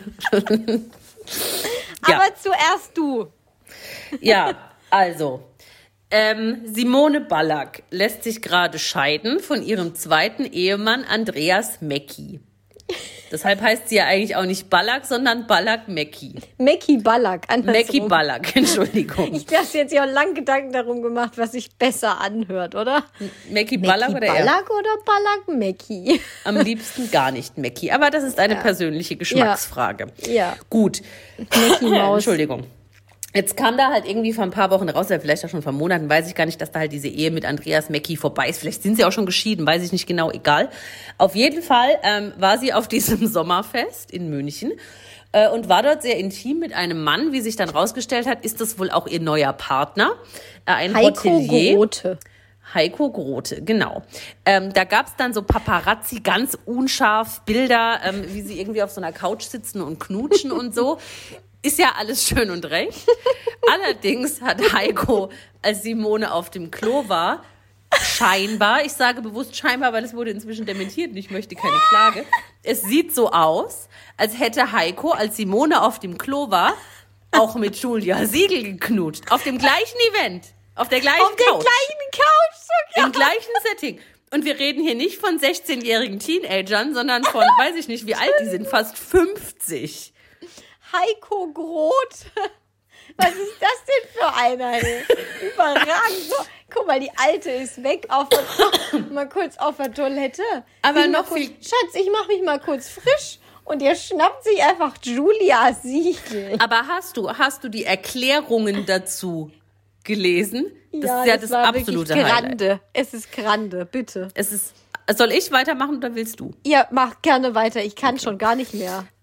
Ja. Aber zuerst du. Ja, also. Ähm, Simone Ballack lässt sich gerade scheiden von ihrem zweiten Ehemann Andreas Mecki. Deshalb heißt sie ja eigentlich auch nicht Ballack, sondern Ballack-Mecki. Mecki Ballack. andersrum. Mecki Ballack, Entschuldigung. Ich habe jetzt ja auch lang Gedanken darum gemacht, was sich besser anhört, oder? Mecki Ballack Mecki oder er? Ballack oder Ballack Mecki? Am liebsten gar nicht Mecki. Aber das ist eine persönliche Geschmacksfrage. Ja. Gut. Mecki Maus. Entschuldigung. Jetzt kam da halt irgendwie vor ein paar Wochen raus, oder vielleicht auch schon vor Monaten, weiß ich gar nicht, dass da halt diese Ehe mit Andreas Mecki vorbei ist. Vielleicht sind sie auch schon geschieden, weiß ich nicht genau, egal. Auf jeden Fall ähm, war sie auf diesem Sommerfest in München äh, und war dort sehr intim mit einem Mann. Wie sich dann rausgestellt hat, ist das wohl auch ihr neuer Partner, äh, ein Heiko Hotelier. Grote. Heiko Grote, genau. Ähm, da gab's dann so Paparazzi, ganz unscharf Bilder, ähm, wie sie irgendwie auf so einer Couch sitzen und knutschen und so. Ist ja alles schön und recht. Allerdings hat Heiko, als Simone auf dem Klo war, scheinbar, ich sage bewusst scheinbar, weil es wurde inzwischen dementiert und ich möchte keine Klage. Es sieht so aus, als hätte Heiko, als Simone auf dem Klo war, auch mit Julia Siegel geknutscht. Auf dem gleichen Event. Auf der gleichen Auf der Couch. gleichen Couch sogar. Im gleichen Setting. Und wir reden hier nicht von sechzehnjährigen Teenagern, sondern von, weiß ich nicht, wie alt die sind, fast fünfzig. Heiko Grote. Was ist das denn für einer? Ey? Überragend. So, guck mal, die Alte ist weg. Auf der, mal kurz auf der Toilette. Aber Ich noch mal kurz, viel- Schatz, ich mach mich mal kurz frisch. Und ihr schnappt sich einfach Julia Siegel. Aber hast du, hast du die Erklärungen dazu gelesen? Das ist ja das, war absolute wirklich Highlight. grande. Es ist grande, bitte. Es ist, soll ich weitermachen oder willst du? Ihr macht gerne weiter. Ich kann schon gar nicht mehr.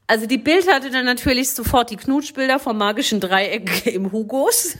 Also die Bild hatte dann natürlich sofort die Knutschbilder vom magischen Dreieck im Hugos.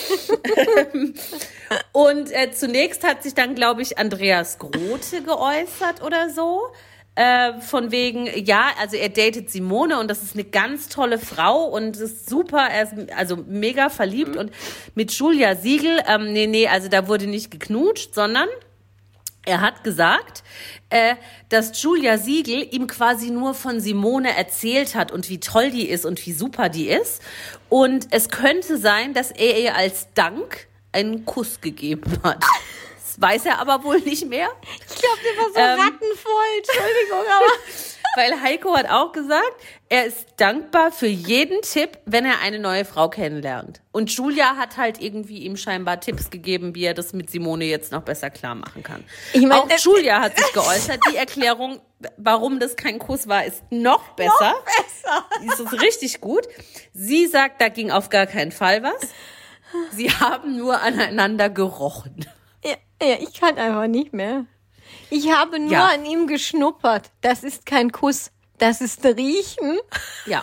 Und äh, zunächst hat sich dann, glaube ich, Andreas Grote geäußert oder so. Äh, von wegen, ja, also er datet Simone und das ist eine ganz tolle Frau und das ist super, er ist also mega verliebt. Mhm. Und mit Julia Siegel, ähm, nee, nee, also da wurde nicht geknutscht, sondern er hat gesagt, äh, dass Julia Siegel ihm quasi nur von Simone erzählt hat und wie toll die ist und wie super die ist. Und es könnte sein, dass er ihr als Dank einen Kuss gegeben hat. Das weiß er aber wohl nicht mehr. Ich glaube, der war so ähm, rattenvoll, Entschuldigung, aber... Weil Heiko hat auch gesagt, er ist dankbar für jeden Tipp, wenn er eine neue Frau kennenlernt. Und Julia hat halt irgendwie ihm scheinbar Tipps gegeben, wie er das mit Simone jetzt noch besser klar machen kann. Ich mein, auch Julia hat sich geäußert. Die Erklärung, warum das kein Kuss war, ist noch besser. Noch besser. Das ist richtig gut. Sie sagt, da ging auf gar keinen Fall was. Sie haben nur aneinander gerochen. Ja, ja, ich kann einfach nicht mehr. Ich habe nur ja. an ihm geschnuppert. Das ist kein Kuss, das ist Riechen. Ja.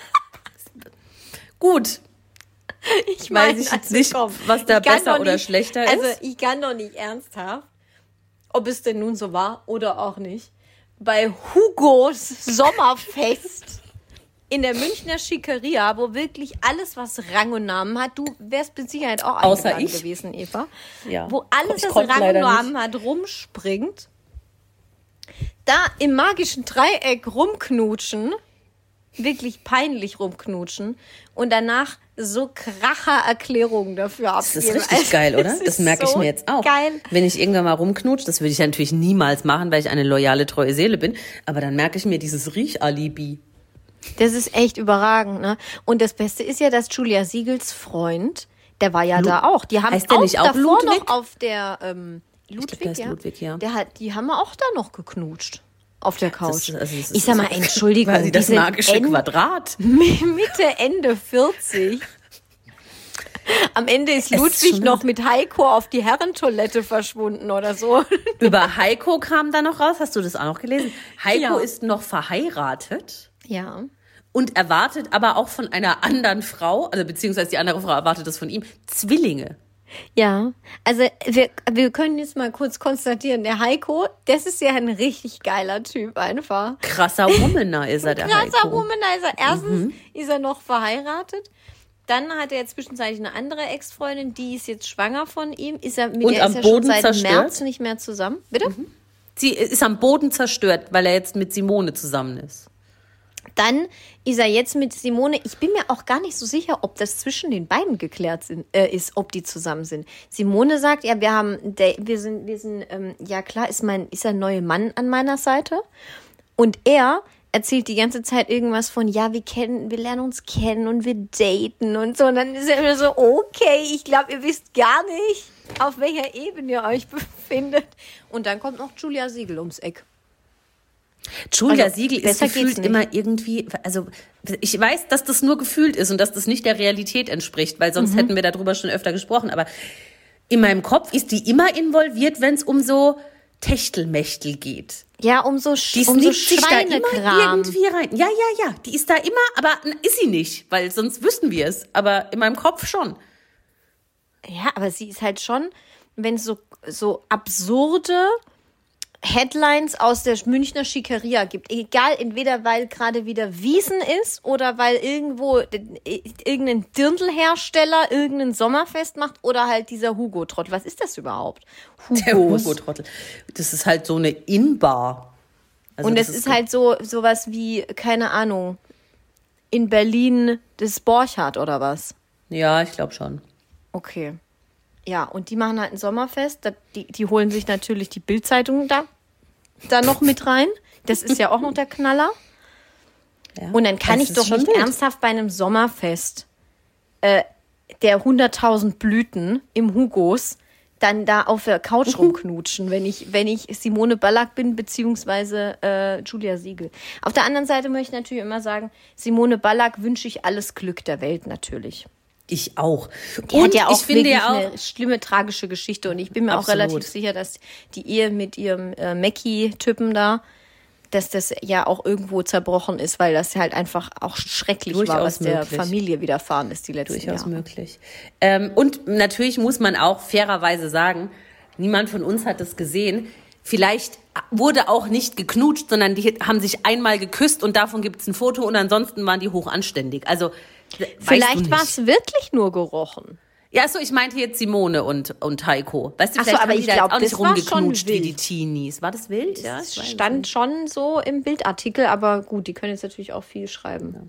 Gut. Ich weiß ich also, nicht, komm, was da besser oder nicht, schlechter ist. Also ich kann doch nicht ernsthaft, ob es denn nun so war oder auch nicht, bei Hugos Sommerfest in der Münchner Schickeria, wo wirklich alles, was Rang und Namen hat, du wärst mit Sicherheit auch Außer eingeladen ich. gewesen, Eva, ja. wo alles, ich was Rang und Namen nicht. hat, rumspringt, da im magischen Dreieck rumknutschen, wirklich peinlich rumknutschen und danach so Kracher-Erklärungen dafür abgeben. Das ist richtig also, geil, oder? Das, das merke so ich mir jetzt auch. Geil. Wenn ich irgendwann mal rumknutsche, das würde ich ja natürlich niemals machen, weil ich eine loyale, treue Seele bin, aber dann merke ich mir dieses Riechalibi. Das ist echt überragend, ne? Und das Beste ist ja, dass Julia Siegels Freund, der war ja Lu- da auch. Die haben heißt der auch nicht auch davor Ludwig? noch auf der ähm, Ludwig, ich glaub, der heißt ja. Ludwig, ja. Der hat, die haben auch da noch geknutscht auf der Couch. Das, also das ich sag mal, Entschuldigung, quasi das die magische End- Quadrat. Mitte, Ende vierzig. Am Ende ist Es Ludwig ist noch mit Heiko auf die Herrentoilette verschwunden oder so. Über Heiko kam da noch raus, hast du das auch noch gelesen? Heiko Ja. ist noch verheiratet. Ja. Und erwartet aber auch von einer anderen Frau, also beziehungsweise die andere Frau erwartet das von ihm, Zwillinge. Ja, also wir, wir können jetzt mal kurz konstatieren, der Heiko, das ist ja ein richtig geiler Typ einfach. Krasser Womanizer ist er, der Krasser Heiko. Womanizer. Erstens mhm. ist er noch verheiratet. Dann hat er jetzt zwischenzeitlich eine andere Ex-Freundin, die ist jetzt schwanger von ihm. Ist er mit Und der am ist er Boden schon seit zerstört? März nicht mehr zusammen. Bitte? Mhm. Sie ist am Boden zerstört, weil er jetzt mit Simone zusammen ist. Dann ist er jetzt mit Simone. Ich bin mir auch gar nicht so sicher, ob das zwischen den beiden geklärt sind, äh, ist, ob die zusammen sind. Simone sagt, ja, wir haben, wir sind, wir sind, ähm, ja klar, ist mein, ist ein neuer Mann an meiner Seite. Und er erzählt die ganze Zeit irgendwas von, ja, wir kennen, wir lernen uns kennen und wir daten und so. Und dann ist er immer so, okay, ich glaube, ihr wisst gar nicht, auf welcher Ebene ihr euch befindet. Und dann kommt noch Julia Siegel ums Eck. Julia Also, Siegel ist besser geht's gefühlt nicht. immer irgendwie, also ich weiß, dass das nur gefühlt ist und dass das nicht der Realität entspricht, weil sonst Mhm. hätten wir darüber schon öfter gesprochen, aber in meinem Kopf ist die immer involviert, wenn es um so Techtelmechtel geht. Ja, um so, Sch- Die um so sneakt sich da immer Schweinekram. irgendwie rein. Ja, ja, ja, die ist da immer, aber ist sie nicht, weil sonst wüssten wir es, aber in meinem Kopf schon. Ja, aber sie ist halt schon, wenn es so, so absurde Headlines aus der Münchner Schickeria gibt. Egal, entweder weil gerade wieder Wiesn ist oder weil irgendwo äh, irgendein Dirndlhersteller irgendein Sommerfest macht oder halt dieser Hugo-Trottel. Was ist das überhaupt? Der Hugos. Hugo-Trottel. Das ist halt so eine In-Bar. Also Und das es ist halt so sowas wie, keine Ahnung, in Berlin das Borchardt oder was? Ja, ich glaube schon. Okay. Ja, und die machen halt ein Sommerfest. Da, die, die holen sich natürlich die Bild-Zeitung da, da noch mit rein. Das ist ja auch noch der Knaller. Ja, Und dann kann das ich ist doch schon nicht wild. ernsthaft bei einem Sommerfest äh, der hunderttausend Blüten im Hugos dann da auf der Couch rumknutschen, wenn ich, wenn ich Simone Ballack bin, beziehungsweise äh, Julia Siegel. Auf der anderen Seite möchte ich natürlich immer sagen, Simone Ballack wünsche ich alles Glück der Welt natürlich. Ich auch. Die und hat ja auch ich finde wirklich ja auch, eine schlimme, tragische Geschichte. Und ich bin mir Absolut. auch relativ sicher, dass die Ehe mit ihrem äh, Mackie-Typen da, dass das ja auch irgendwo zerbrochen ist, weil das halt einfach auch schrecklich Durchaus war, was der möglich. Familie widerfahren ist die letzten Durchaus Jahre. möglich. Ähm, und natürlich muss man auch fairerweise sagen, niemand von uns hat es gesehen. Vielleicht wurde auch nicht geknutscht, sondern die haben sich einmal geküsst und davon gibt es ein Foto und ansonsten waren die hoch anständig. Also Vielleicht war es wirklich nur gerochen. Ja, so ich meinte jetzt Simone und, und Heiko. Weißt du, Ach so, vielleicht aber haben die ich da glaub, jetzt auch nicht das war schon rumgeknutscht wie wild. die Teenies. War das wild? Ja, Es ich weiß stand nicht. schon so im Bildartikel, aber gut, die können jetzt natürlich auch viel schreiben.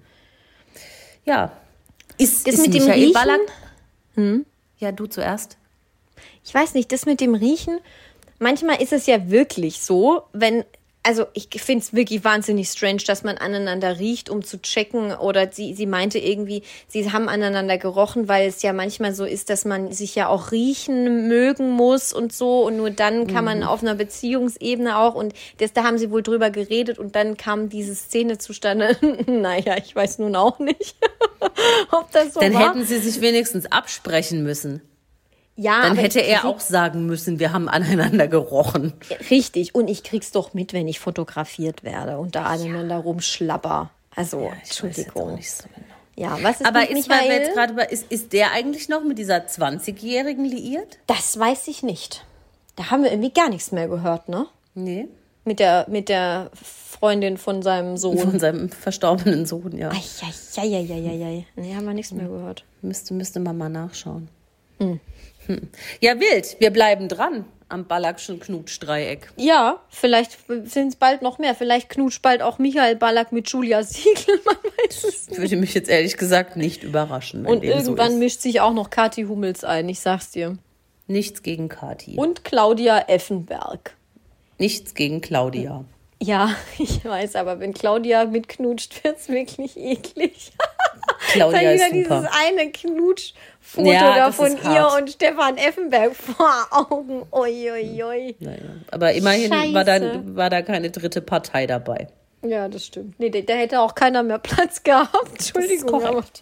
Ja. Ist, Das ist mit dem Michael Riechen? Ballack? Hm? Ja, du zuerst. Ich weiß nicht, das mit dem Riechen, manchmal ist es ja wirklich so, wenn, also ich finde es wirklich wahnsinnig strange, dass man aneinander riecht, um zu checken, oder sie, sie meinte irgendwie, sie haben aneinander gerochen, weil es ja manchmal so ist, dass man sich ja auch riechen mögen muss und so, und nur dann kann man auf einer Beziehungsebene auch, und das, da haben sie wohl drüber geredet und dann kam diese Szene zustande. Naja, ich weiß nun auch nicht, ob das so Dann war. hätten sie sich wenigstens absprechen müssen. Ja, Dann aber hätte ich er krieg- auch sagen müssen, wir haben aneinander gerochen. Richtig, und ich krieg's doch mit, wenn ich fotografiert werde und da aneinander rumschlapper. Also, Ich weiß jetzt auch Entschuldigung. nicht so genau. Ja, was ist Aber mit ist, weil wir Michael? jetzt gerade bei, ist, ist der eigentlich noch mit dieser zwanzigjährigen liiert? Das weiß ich nicht. Da haben wir irgendwie gar nichts mehr gehört, ne? Nee. Mit der, mit der Freundin von seinem Sohn. Von seinem verstorbenen Sohn, ja. Eieieiei. Nee, haben wir nichts mehr gehört. Müsste, müsste man mal nachschauen. Hm. Ja, wild. Wir bleiben dran am Ballackschen Knutschdreieck. Ja, vielleicht sind es bald noch mehr. Vielleicht knutscht bald auch Michael Ballack mit Julia Siegel, man weiß es nicht. Würde mich jetzt ehrlich gesagt nicht überraschen, wenn Und dem irgendwann so ist. mischt sich auch noch Kathi Hummels ein, ich sag's dir. Nichts gegen Kathi. Und Claudia Effenberg. Nichts gegen Claudia. Ja, ich weiß, aber wenn Claudia mitknutscht, wird's wirklich eklig. Claudia Dann wieder ist super. dieses eine Knutschfoto Ja, da das von ist ihr hart. und Stefan Effenberg vor Augen. Ui, ui, ui. Naja. Aber immerhin Scheiße. war da, war da keine dritte Partei dabei. Ja, das stimmt. Nee, da, da hätte auch keiner mehr Platz gehabt. Das ist Entschuldigung. aber- korrekt.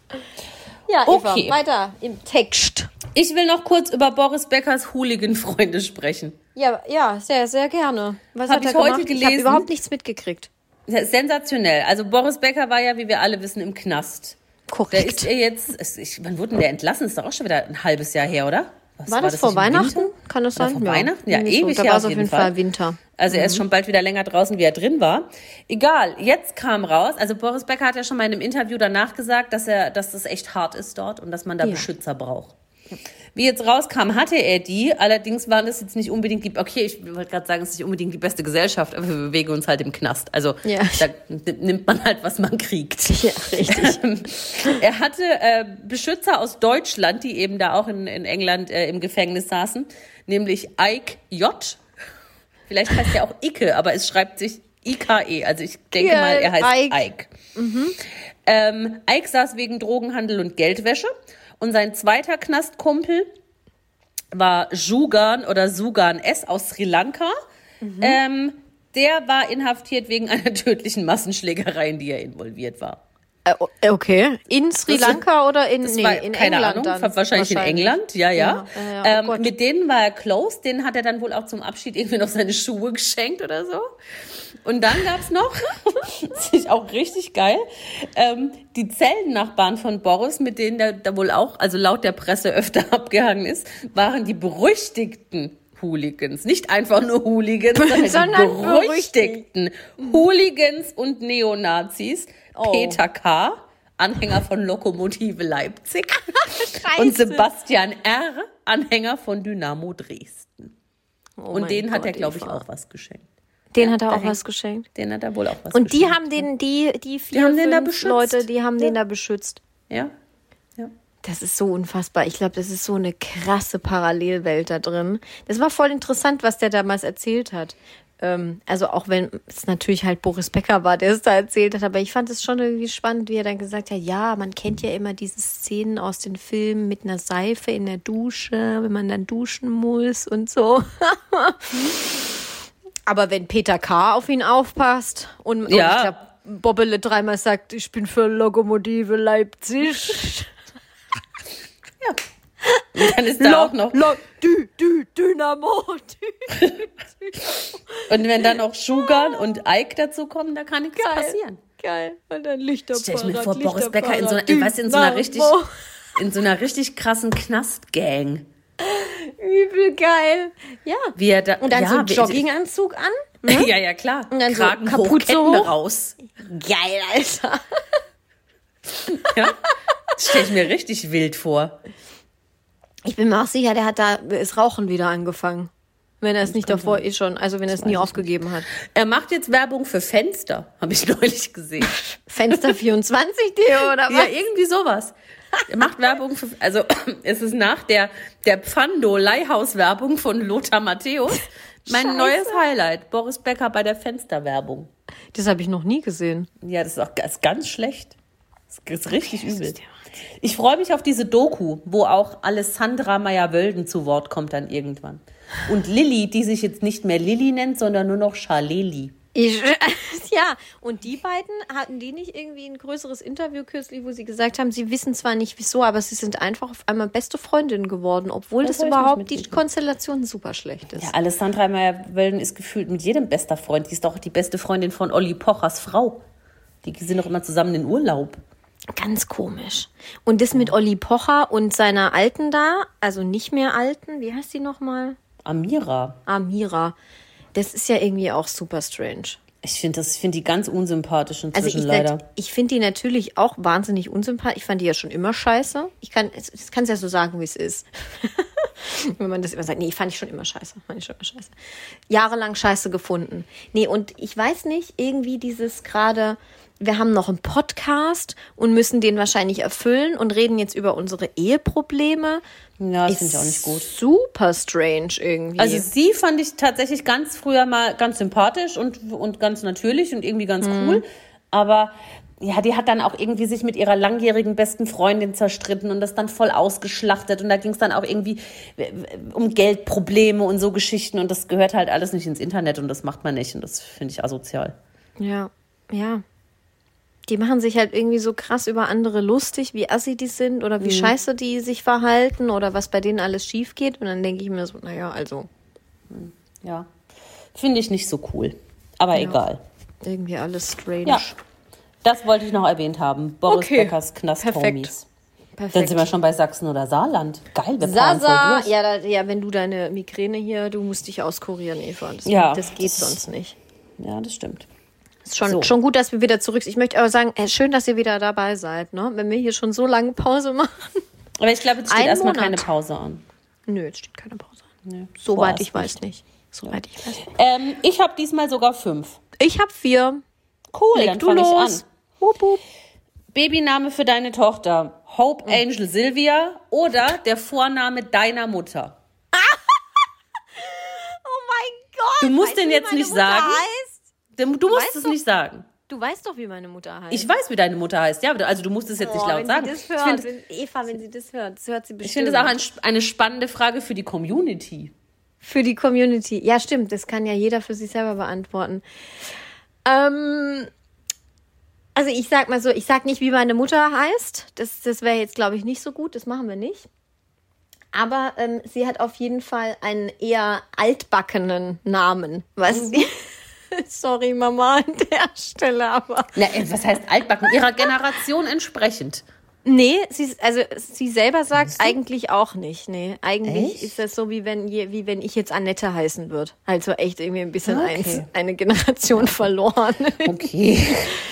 Ja, Eva, Okay. weiter im Text. Ich will noch kurz über Boris Beckers Hooligan-Freunde sprechen. Ja, ja, sehr, sehr gerne. Was Hab hat er ich heute gemacht? Ich habe gelesen. überhaupt nichts mitgekriegt. Sensationell. Also Boris Becker war ja, wie wir alle wissen, im Knast. Da Korrekt. ist er jetzt, es- ich, wann wurde denn der entlassen? Ist doch auch schon wieder ein halbes Jahr her, oder? Was, war, das vor nicht im Weihnachten? Winter? Kann das Oder sein? vor Weihnachten? Ja, irgendwie ewig so. Da her war auf es auf jeden jeden Fall. Fall Winter. Also er ist schon bald wieder länger draußen, wie er drin war. Egal, jetzt kam raus, also Boris Becker hat ja schon mal in einem Interview danach gesagt, dass er, dass das echt hart ist dort und dass man da Ja. Beschützer braucht. Wie jetzt rauskam, hatte er die, allerdings waren das jetzt nicht unbedingt die, okay, ich wollte gerade sagen, es ist nicht unbedingt die beste Gesellschaft, aber wir bewegen uns halt im Knast. Also Ja. da nimmt man halt, was man kriegt. Ja, richtig. Er hatte äh, Beschützer aus Deutschland, die eben da auch in, in England äh, im Gefängnis saßen, nämlich Ike J. Vielleicht heißt er auch Ike, aber es schreibt sich I K E. Also ich denke Ja, mal, er heißt Ike. Ike. Ähm, Ike saß wegen Drogenhandel und Geldwäsche und sein zweiter Knastkumpel war Jugan oder Sugan S. aus Sri Lanka. Ähm, der war inhaftiert wegen einer tödlichen Massenschlägerei, in die er involviert war. Äh, okay. In Sri Das- Lanka oder in, Das nee, war, in keine England Ahnung, dann? wahrscheinlich, in England, ja, ja. Ja, ja, ja, oh ähm, Gott. mit denen war er close, denen hat er dann wohl auch zum Abschied irgendwie noch seine Schuhe geschenkt oder so. Und dann gab's noch, das ist auch richtig geil, ähm, die Zellennachbarn von Boris, mit denen der da wohl auch, also laut der Presse öfter abgehangen ist, waren die berüchtigten Hooligans. Nicht einfach nur Hooligans, sondern, Sondern die berüchtigten Hooligans und Neonazis. Oh. Peter K., Anhänger von Lokomotive Leipzig. Scheiße. Und Sebastian R., Anhänger von Dynamo Dresden. Oh Und mein denen hat Gott, er, glaube ich, Eva. auch was geschenkt. Den hat er da auch hängt- was geschenkt. Den hat er wohl auch was Und die geschenkt. haben den, die, die vier, haben den da fünf beschützt. Leute, die haben Ja. den da beschützt. Ja, ja. Das ist so unfassbar. Ich glaube, das ist so eine krasse Parallelwelt da drin. Das war voll interessant, was der damals erzählt hat. Ähm, also auch wenn es natürlich halt Boris Becker war, der es da erzählt hat, aber ich fand es schon irgendwie spannend, wie er dann gesagt hat, ja, man kennt ja immer diese Szenen aus den Filmen mit einer Seife in der Dusche, wenn man dann duschen muss und so. Aber wenn Peter K. auf ihn aufpasst und, Ja. und ich glaube, Bobbele dreimal sagt, ich bin für Lokomotive Leipzig. Und dann ist da auch noch... Lo, dü, dü, Dynamo, dü, dü, dü. Und wenn dann noch Schugan und Ike dazu kommen, da kann nichts Geil. passieren. Geil. Und dann Lichterparat. Stell ich mir vor, Boris Becker in so einer, weißt, in so einer richtig, in so einer richtig krassen Knastgang. Übel geil. Ja. Wie er da, Und dann ja, so einen wie- Jogginganzug an. Ne? Ja, ja, klar. Und dann so Kragen hoch, Kapuze Ketten hoch. raus. Geil, Alter. Ja? Das stelle ich mir richtig wild vor. Ich bin mir auch sicher, der hat da das Rauchen wieder angefangen. Wenn er es nicht davor eh schon, also wenn er es nie aufgegeben hat. Er macht jetzt Werbung für Fenster, habe ich neulich gesehen. Fenster vierundzwanzig punkt de oder was? Ja, irgendwie sowas. Er macht Werbung für, also es ist nach der, der Pfando-Leihhaus-Werbung von Lothar Matthäus mein Scheiße. neues Highlight. Boris Becker bei der Fensterwerbung. Das habe ich noch nie gesehen. Ja, das ist auch das ist ganz schlecht. Das ist richtig übel. Ich freue mich auf diese Doku, wo auch Alessandra Meyer-Wölden zu Wort kommt dann irgendwann. Und Lilly, die sich jetzt nicht mehr Lilly nennt, sondern nur noch Charleli. Ich, ja, und die beiden, hatten die nicht irgendwie ein größeres Interview kürzlich, wo sie gesagt haben, sie wissen zwar nicht wieso, aber sie sind einfach auf einmal beste Freundinnen geworden, obwohl das, Das hab ich überhaupt nicht die mitgekriegt. Konstellation super schlecht ist. Ja, Alessandra Meyer-Wölden ist gefühlt mit jedem bester Freund. Die ist doch die beste Freundin von Olli Pochers Frau. Die sind doch immer zusammen in Urlaub. Ganz komisch. Und das mit Olli Pocher und seiner Alten da, also nicht mehr Alten, wie heißt die nochmal? Amira. Amira. Das ist ja irgendwie auch super strange. Ich finde das, ich finde die ganz unsympathisch Also inzwischen ich, leider. ich finde die natürlich auch wahnsinnig unsympathisch. Ich fand die ja schon immer scheiße. Ich kann es kann ja so sagen, wie es ist. Wenn man das immer sagt, nee, fand ich schon immer scheiße. Fand ich schon immer scheiße. Jahrelang scheiße gefunden. Nee, und ich weiß nicht, irgendwie dieses gerade, wir haben noch einen Podcast und müssen den wahrscheinlich erfüllen und reden jetzt über unsere Eheprobleme. Ja, das Ist finde ich auch nicht gut. Super strange irgendwie. Also sie fand ich tatsächlich ganz früher mal ganz sympathisch und, und ganz natürlich und irgendwie ganz cool. Aber ja, die hat dann auch irgendwie sich mit ihrer langjährigen besten Freundin zerstritten und das dann voll ausgeschlachtet. Und da ging es dann auch irgendwie um Geldprobleme und so Geschichten. Und das gehört halt alles nicht ins Internet und das macht man nicht. Und das finde ich asozial. Ja, ja. Die machen sich halt irgendwie so krass über andere lustig, wie assi die sind oder wie scheiße die sich verhalten oder was bei denen alles schief geht. Und dann denke ich mir so, naja, also Ja, finde ich nicht so cool. Aber egal. irgendwie alles strange. Ja, das wollte ich noch erwähnt haben. Boris Okay. Beckers Knasthomies. Perfekt. Dann Perfekt. sind wir schon bei Sachsen oder Saarland. Geil, wir fahren voll Sasa, durch. ja, da, ja, wenn du deine Migräne hier, du musst dich auskurieren, Eva. Das, Ja, das geht das- sonst nicht. Ja, das stimmt. Ist schon, So. schon gut, dass wir wieder zurück sind. Ich möchte aber sagen, äh, schön, dass ihr wieder dabei seid, ne? Wenn wir hier schon so lange Pause machen. Aber ich glaube, jetzt steht Ein erstmal Monat. keine Pause an. Nö, jetzt steht keine Pause an. Nee, Soweit vorerst ich weiß nicht. Soweit ich weiß nicht. Ähm, ich habe diesmal sogar fünf. Ich habe vier. Cool, Leg dann du fange ich los. an. Wupp, wupp. Babyname für deine Tochter. Hope Hm. Angel Sylvia oder der Vorname deiner Mutter. Oh mein Gott. Du musst weißt den wie jetzt meine nicht Mutter sagen. Heißt? Du, du musst weißt es doch- nicht sagen. Du weißt doch, wie meine Mutter heißt. Ich weiß, wie deine Mutter heißt. Ja, aber also du musst es jetzt nicht Oh, laut wenn sagen. Sie das Ich hört, finde wenn, Eva, wenn sie das hört, das hört sie bestimmt. ich finde es auch ein, eine spannende Frage für die Community. Für die Community. Ja, stimmt. Das kann ja jeder für sich selber beantworten. Ähm, also ich sag mal so, ich sag nicht, wie meine Mutter heißt. Das, das wäre jetzt, glaube ich, nicht so gut. Das machen wir nicht. Aber ähm, sie hat auf jeden Fall einen eher altbackenen Namen. Was sie... Sorry, Mama, an der Stelle, aber... Na, äh, was heißt altbacken? Ihrer Generation entsprechend. Nee, sie, also sie selber sagt eigentlich auch nicht. Nee, eigentlich Echt? ist das so, wie wenn, je- wie wenn ich jetzt Annette heißen würde. Also echt irgendwie ein bisschen Okay. eins, eine Generation verloren. Okay.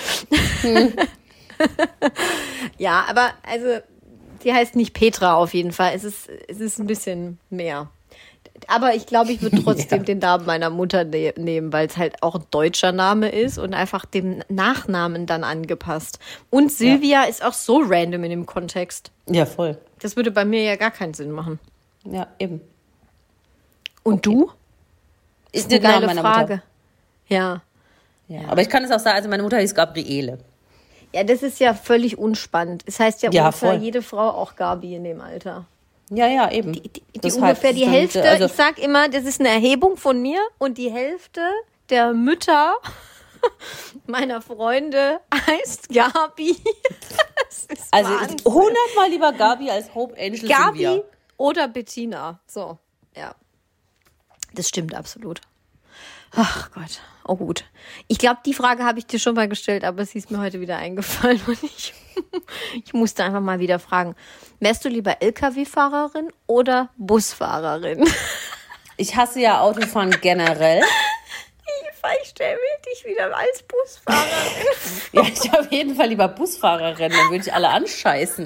Ja, aber also die heißt nicht Petra auf jeden Fall. Es ist, es ist ein bisschen mehr. Aber ich glaube, ich würde trotzdem Ja. den Namen meiner Mutter ne- nehmen, weil es halt auch ein deutscher Name ist und einfach dem Nachnamen dann angepasst. Und Silvia ist auch so random in dem Kontext. Ja, voll. Das würde bei mir ja gar keinen Sinn machen. Ja, eben. Und du? Ist Eine der Name geile meiner Frage. Mutter. Ja. Ja. Aber ich kann es auch sagen, also meine Mutter hieß Gabriele. Ja, das ist ja völlig unspannend. Es heißt ja, Ja, ungefähr voll. jede Frau auch Gabi in dem Alter. Ja, ja, eben. Die, die, die Deshalb ungefähr ist die dann- Hälfte, also- ich sag immer, das ist eine Erhebung von mir und die Hälfte der Mütter meiner Freunde heißt Gabi. Das ist Also Wahnsinn. hundertmal lieber Gabi als Hope Angel Gabi, Sylvia. oder Bettina. So, ja. Das stimmt absolut. Ach Gott, oh gut. Ich glaube, die Frage habe ich dir schon mal gestellt, aber sie ist mir heute wieder eingefallen und ich, ich musste einfach mal wieder fragen. Wärst du lieber L K W-Fahrerin oder Busfahrerin? Ich hasse ja Autofahren generell. Ich stelle dich wieder als Busfahrerin. Ja, ich auf jeden Fall lieber Busfahrerin, dann würde ich alle anscheißen.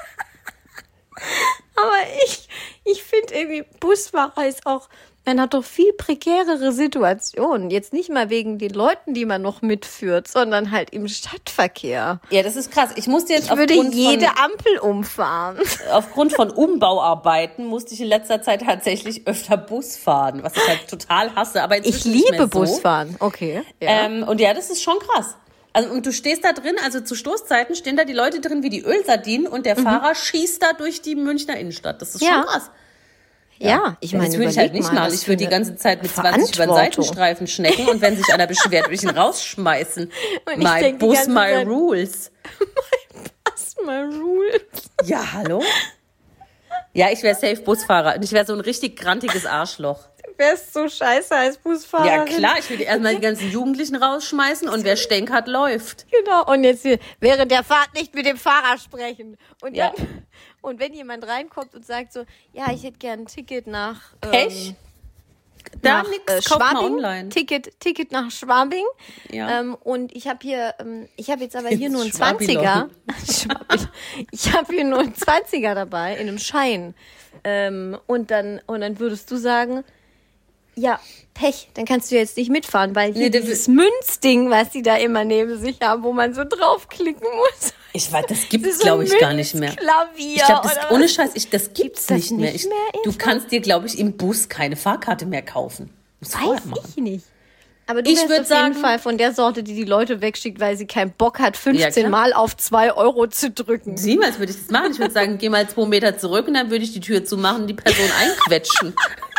Aber ich, ich finde irgendwie, Busfahrer ist auch, man hat doch viel prekärere Situationen. Jetzt nicht mal wegen den Leuten, die man noch mitführt, sondern halt im Stadtverkehr. Ja, das ist krass. Ich musste jetzt ich würde aufgrund jede von, Ampel umfahren. Aufgrund von Umbauarbeiten musste ich in letzter Zeit tatsächlich öfter Bus fahren, was ich halt total hasse. Aber ich liebe Busfahren, okay. Ja. Ähm, und ja, das ist schon krass. Also, und du stehst da drin, also zu Stoßzeiten stehen da die Leute drin wie die Ölsardinen und der mhm. Fahrer schießt da durch die Münchner Innenstadt. Das ist ja. schon krass. Ja, ja, ich meine, das würde ich halt nicht mal. Ich würde die ganze Zeit mit zwanzig über den Seitenstreifen schnecken und wenn sich einer beschwert, würde ich ihn rausschmeißen. My denk, Bus, my Zeit, rules. My Bus, my rules. Ja, hallo? Ja, ich wäre safe Busfahrer und ich wäre so ein richtig grantiges Arschloch. Du wärst so scheiße als Busfahrer. Ja, klar, ich würde erstmal die ganzen Jugendlichen rausschmeißen und wer stänkert, läuft. Genau, und jetzt hier, während der Fahrt nicht mit dem Fahrer sprechen. Und ja. dann, und wenn jemand reinkommt und sagt so, ja, ich hätte gern ein Ticket nach Pech? Ähm, da nach, nix, äh, kauf mal Schwabing, online. Ticket, Ticket nach Schwabing. Ja. Ähm, und ich habe hier, ähm, ich habe jetzt aber hier nur einen zwanziger. Ich habe hier nur einen zwanziger dabei in einem Schein. Ähm, und dann, und dann würdest du sagen, ja, Pech, dann kannst du jetzt nicht mitfahren, weil hier nee, dieses Münzding, was die da immer neben sich haben, wo man so draufklicken muss. Ich weiß, das gibt es, glaube ich, gar nicht mehr. Klavier, ich glaube, ohne Scheiß, ich, das gibt Gibt's es das nicht mehr. Ich, mehr du kannst dir, glaube ich, im Bus keine Fahrkarte mehr kaufen. Muss weiß ich nicht. Aber du ich bist auf sagen, jeden Fall von der Sorte, die die Leute wegschickt, weil sie keinen Bock hat, fünfzehn ja, Mal auf zwei Euro zu drücken. Niemals würde ich das machen. Ich würde sagen, geh mal zwei Meter zurück und dann würde ich die Tür zumachen und die Person einquetschen.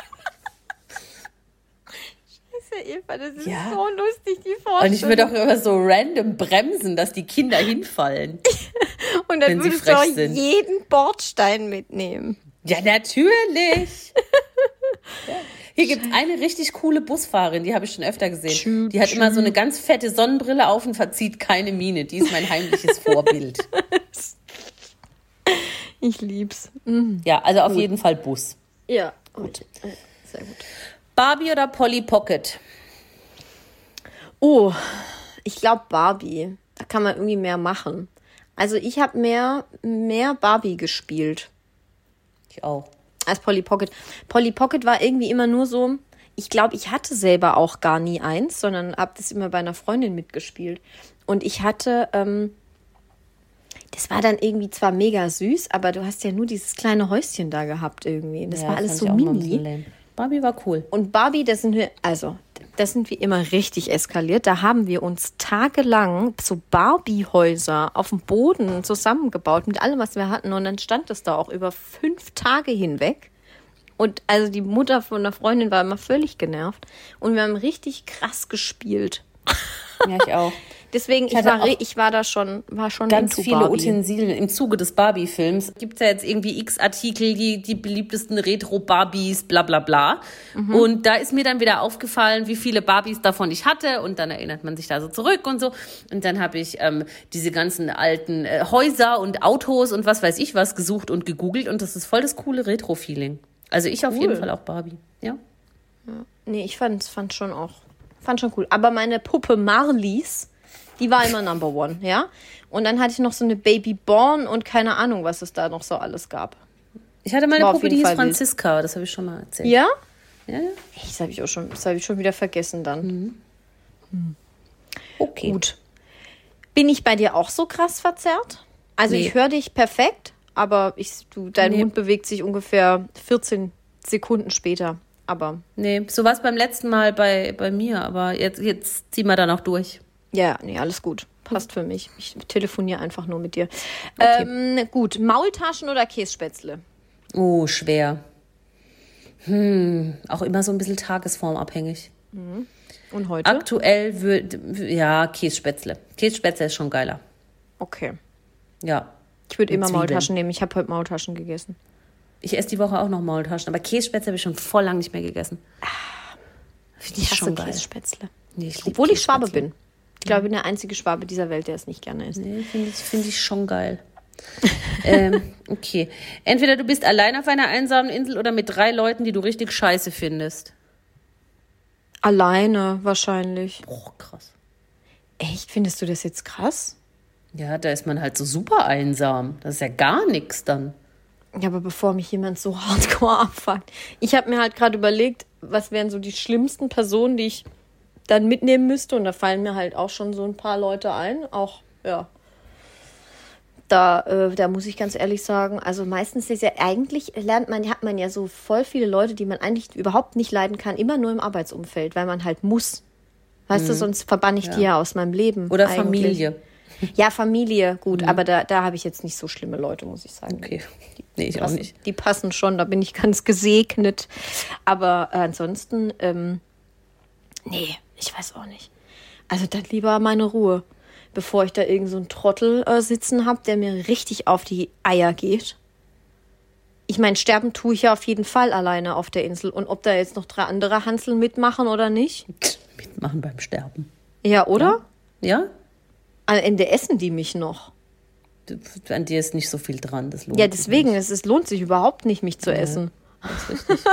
Eva, das ist ja. so lustig, die Vorstellung. Und ich würde auch immer so random bremsen, dass die Kinder hinfallen. Und dann würdest du auch sind. jeden Bordstein mitnehmen. Ja, natürlich. ja. Hier gibt es eine richtig coole Busfahrerin, die habe ich schon öfter gesehen. Schü, die hat schü. immer so eine ganz fette Sonnenbrille auf und verzieht keine Miene. Die ist mein heimliches Vorbild. Ich lieb's. Mhm. Ja, also auf gut. jeden Fall Bus. Ja, gut. Sehr gut. Barbie oder Polly Pocket? Oh, ich glaube Barbie. Da kann man irgendwie mehr machen. Also ich habe mehr, mehr Barbie gespielt. Ich auch. Als Polly Pocket. Polly Pocket war irgendwie immer nur so, ich glaube, ich hatte selber auch gar nie eins, sondern habe das immer bei einer Freundin mitgespielt. Und ich hatte, ähm, das war dann irgendwie zwar mega süß, aber du hast ja nur dieses kleine Häuschen da gehabt irgendwie. Das ja, war alles so mini. Barbie war cool. Und Barbie, das sind wir, also, das sind wir immer richtig eskaliert. Da haben wir uns tagelang so Barbie-Häuser auf dem Boden zusammengebaut mit allem, was wir hatten. Und dann stand es da auch über fünf Tage hinweg. Und also die Mutter von einer Freundin war immer völlig genervt. Und wir haben richtig krass gespielt. Ja, ich auch. Deswegen, ich, ich, war, ich war da schon, war schon ganz viele Barbie. Utensilien im Zuge des Barbie-Films. Gibt es ja jetzt irgendwie x Artikel, die, die beliebtesten Retro-Barbies, bla bla bla. Mhm. Und da ist mir dann wieder aufgefallen, wie viele Barbies davon ich hatte. Und dann erinnert man sich da so zurück und so. Und dann habe ich ähm, diese ganzen alten äh, Häuser und Autos und was weiß ich was gesucht und gegoogelt. Und das ist voll das coole Retro-Feeling. Also ich cool. auf jeden Fall auch Barbie. Ja. ja. Nee, ich fand, fand schon auch, fand schon cool. Aber meine Puppe Marlies, die war immer Number One, ja. Und dann hatte ich noch so eine Baby Born und keine Ahnung, was es da noch so alles gab. Ich hatte meine Puppe, die hieß Franziska, wild. Das habe ich schon mal erzählt. Ja? Ja, ja. Das habe ich auch schon, das habe ich schon wieder vergessen dann. Mhm. Hm. Okay. Gut. Bin ich bei dir auch so krass verzerrt? Also nee. Ich höre dich perfekt, aber ich, du, dein nee. Mund bewegt sich ungefähr vierzehn Sekunden später. Aber nee, so war es beim letzten Mal bei, bei mir, aber jetzt, jetzt ziehen wir da noch durch. Ja, nee, alles gut. Passt für mich. Ich telefoniere einfach nur mit dir. Okay. Ähm, gut, Maultaschen oder Kässpätzle? Oh, schwer. Hm, auch immer so ein bisschen tagesformabhängig. Mhm. Und heute? Aktuell würde, ja, Kässpätzle. Kässpätzle ist schon geiler. Okay. Ja. Ich würde immer Maultaschen nehmen. Ich habe heute Maultaschen gegessen. Ich esse die Woche auch noch Maultaschen, aber Kässpätzle habe ich schon voll lang nicht mehr gegessen. Finde Ich ich schon hasse geil. Kässpätzle. Nee, ich lieb Obwohl ich Schwabe Kässpätzle. bin. Ich glaube, ich bin der einzige Schwabe dieser Welt, der es nicht gerne isst. Nee, finde ich, find ich schon geil. ähm, okay. Entweder du bist allein auf einer einsamen Insel oder mit drei Leuten, die du richtig scheiße findest. Alleine wahrscheinlich. Boah, krass. Echt? Findest du das jetzt krass? Ja, da ist man halt so super einsam. Das ist ja gar nichts dann. Ja, aber bevor mich jemand so hardcore abfuckt. Ich habe mir halt gerade überlegt, was wären so die schlimmsten Personen, die ich dann mitnehmen müsste. Und da fallen mir halt auch schon so ein paar Leute ein. Auch, ja. Da, äh, da muss ich ganz ehrlich sagen, also meistens ist ja, eigentlich lernt man, hat man ja so voll viele Leute, die man eigentlich überhaupt nicht leiden kann, immer nur im Arbeitsumfeld, weil man halt muss. Weißt du, sonst verbann ich Ja. die ja aus meinem Leben. Oder eigentlich. Familie. Ja, Familie, gut, aber da, da habe ich jetzt nicht so schlimme Leute, muss ich sagen. Okay. Nee, ich auch passen, nicht. Die passen schon, da bin ich ganz gesegnet. Aber äh, ansonsten, ähm, nee, ich weiß auch nicht. Also dann lieber meine Ruhe, bevor ich da irgend so einen Trottel äh, sitzen habe, der mir richtig auf die Eier geht. Ich meine, sterben tue ich ja auf jeden Fall alleine auf der Insel. Und ob da jetzt noch drei andere Hansel mitmachen oder nicht? Mitmachen beim Sterben. Ja, oder? Ja? Am Ende essen die mich noch. An dir ist nicht so viel dran. Das lohnt Ja, sich deswegen, nicht. es, es lohnt sich überhaupt nicht, mich zu essen. Das ist richtig.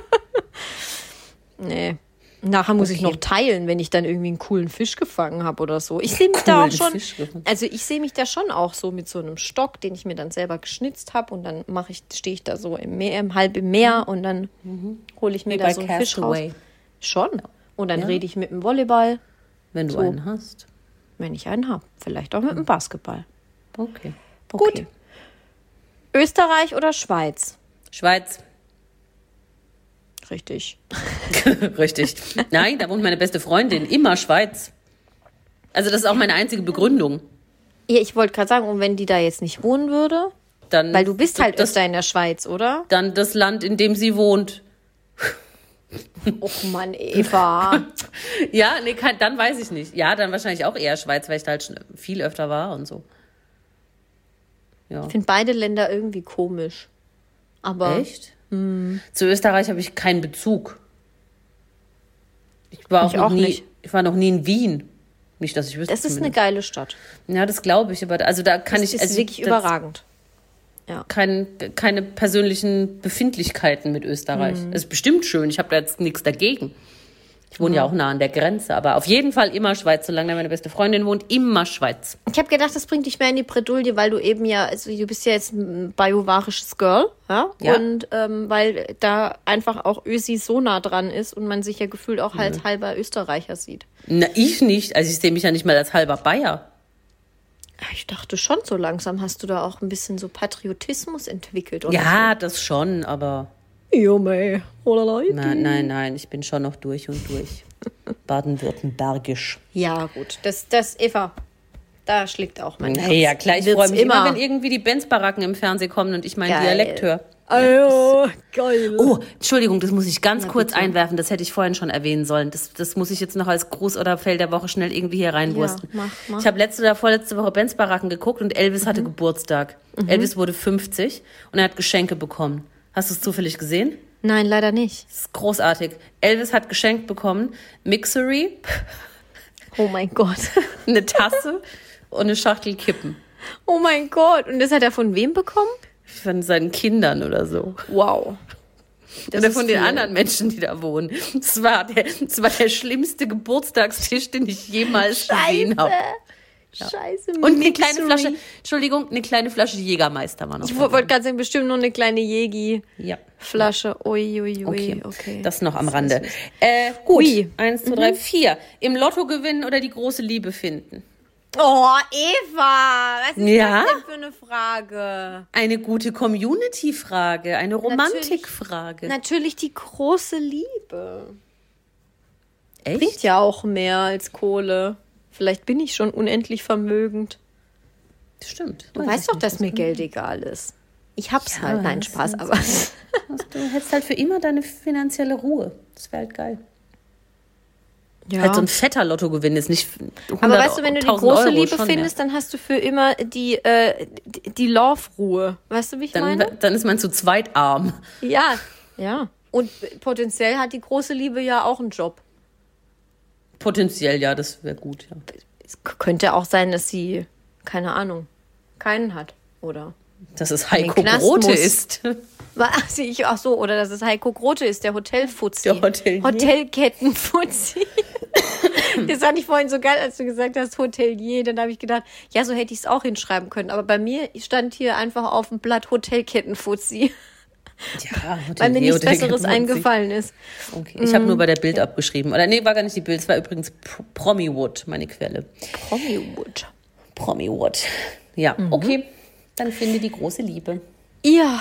Nee. Nachher muss ich Okay. noch teilen, wenn ich dann irgendwie einen coolen Fisch gefangen habe oder so. Ich sehe mich da auch Coolen schon. Fisch gefangen. Also ich sehe mich da schon auch so mit so einem Stock, den ich mir dann selber geschnitzt habe und dann mache ich, stehe ich da so im Meer, im halb im Meer und dann hole ich mir Wie da bei so einen Fisch raus. Castaway. Schon. Und dann Ja. rede ich mit dem Volleyball, Wenn du So. einen hast. wenn ich einen habe. Vielleicht auch mit dem Basketball. Okay. Gut. Okay. Österreich oder Schweiz? Schweiz. Richtig. Richtig. Nein, da wohnt meine beste Freundin. Immer Schweiz. Also das ist auch meine einzige Begründung. Ja, ich wollte gerade sagen, und wenn die da jetzt nicht wohnen würde? Dann, Weil du bist halt das, öfter in der Schweiz, oder? dann das Land, in dem sie wohnt. Och Mann, Eva. Ja, nee, kein, dann weiß ich nicht. Ja, dann wahrscheinlich auch eher Schweiz, weil ich da halt schon viel öfter war und so. Ja. Ich finde beide Länder irgendwie komisch. Aber Echt? Zu Österreich habe ich keinen Bezug. Ich war auch, Ich noch auch nie, nicht. ich war noch nie in Wien. Nicht, dass ich wüsste. das ist eine zumindest. geile Stadt. Ja, das glaube ich, aber also da kann Das ich ist also wirklich das, überragend. Kein, keine persönlichen Befindlichkeiten mit Österreich. Mhm. Es ist bestimmt schön, ich habe da jetzt nichts dagegen. Ich wohne ja auch nah an der Grenze, aber auf jeden Fall immer Schweiz, solange da meine beste Freundin wohnt, immer Schweiz. Ich habe gedacht, das bringt dich mehr in die Bredouille, weil du eben ja, also du bist ja jetzt ein bajuwarisches Girl, ja? Ja. Und ähm, weil da einfach auch Ösi so nah dran ist und man sich ja gefühlt auch als halber Österreicher sieht. Na, ich nicht, also ich sehe mich ja nicht mal als halber Bayer. Ich dachte schon, so langsam hast du da auch ein bisschen so Patriotismus entwickelt. Oder Ja, das schon, aber so. Jo, mei. Oder Leute. nein, nein, nein, ich bin schon noch durch und durch. Baden-Württembergisch. Ja, gut. Das, das, Eva, da schlägt auch mein Herz. Naja, klar, ich Wird's freue mich immer, wenn irgendwie die Benz-Baracken im Fernsehen kommen und ich meinen Geil. Dialekt höre. Oh, geil. Oh, Entschuldigung, das muss ich ganz Na, kurz bitte. einwerfen. Das hätte ich vorhin schon erwähnen sollen. Das, das muss ich jetzt noch als Gruß oder Fail der Woche schnell irgendwie hier reinwursten. Ja, mach, mach. Ich habe letzte oder vorletzte Woche Benz Baracken geguckt und Elvis hatte Geburtstag. Elvis wurde fünfzig und er hat Geschenke bekommen. Hast du es zufällig gesehen? Nein, leider nicht. Das ist großartig. Elvis hat geschenkt bekommen Mixery, Oh mein Gott. eine Tasse und eine Schachtel Kippen. Oh mein Gott. Und das hat er von wem bekommen? Von seinen Kindern oder so. Wow. Das Oder ist von den viel. anderen Menschen, die da wohnen. Das war der, das war der schlimmste Geburtstagstisch, den ich jemals gesehen habe. Scheiße. Und eine kleine Mixery. Flasche, Entschuldigung, eine kleine Flasche Jägermeister war noch. Ich dabei. wollte gerade sagen, bestimmt nur eine kleine Jägi-Flasche. Ja. Ui, ui, ui. Okay. Okay. Das noch am Das Rande. ist- Äh, gut. Ui. Eins, zwei, drei, vier. Im Lotto gewinnen oder die große Liebe finden? Oh, Eva, was ist Ja? das denn für eine Frage? Eine gute Community-Frage, eine Romantik-Frage. Natürlich die große Liebe. Echt? Bringt ja auch mehr als Kohle. Vielleicht bin ich schon unendlich vermögend. Stimmt. Du weißt doch, dass mir Geld egal ist. Ich hab's Ja, halt. Nein, das Spaß, ist- aber. Du hättest halt für immer deine finanzielle Ruhe. Das wäre halt geil. Ja. Halt so ein fetter Lottogewinn ist nicht hundert, Aber weißt du, wenn du die große Euro Liebe schon, findest, ja. dann hast du für immer die, äh, die, die Love-Ruhe. Weißt du, wie ich dann, meine? Dann ist man zu zweit arm. Ja, ja. Und potenziell hat die große Liebe ja auch einen Job. Potenziell, ja, das wäre gut, ja. Es könnte auch sein, dass sie, keine Ahnung, keinen hat, oder? Dass es in Heiko den Knast Grote muss. ist. Ach, sehe ich auch so, oder dass es Heiko Grote ist, der Hotelfuzzi. Der Hotelier. Hotelkettenfuzzi. Das fand ich vorhin so geil, als du gesagt hast, Hotelier. Dann habe ich gedacht, ja, so hätte ich es auch hinschreiben können. Aber bei mir stand hier einfach auf dem Blatt Hotelkettenfuzzi. Ja, Hotelier, Weil mir nichts Hotelkettenfuzzi. Besseres eingefallen ist. Okay. Ich habe nur bei der Bild abgeschrieben. Oder nee, war gar nicht die Bild, es war übrigens Pro- Promiwood, meine Quelle. Promiwood. Promiwood. Ja, mhm. Okay. Dann finde die große Liebe. Ja.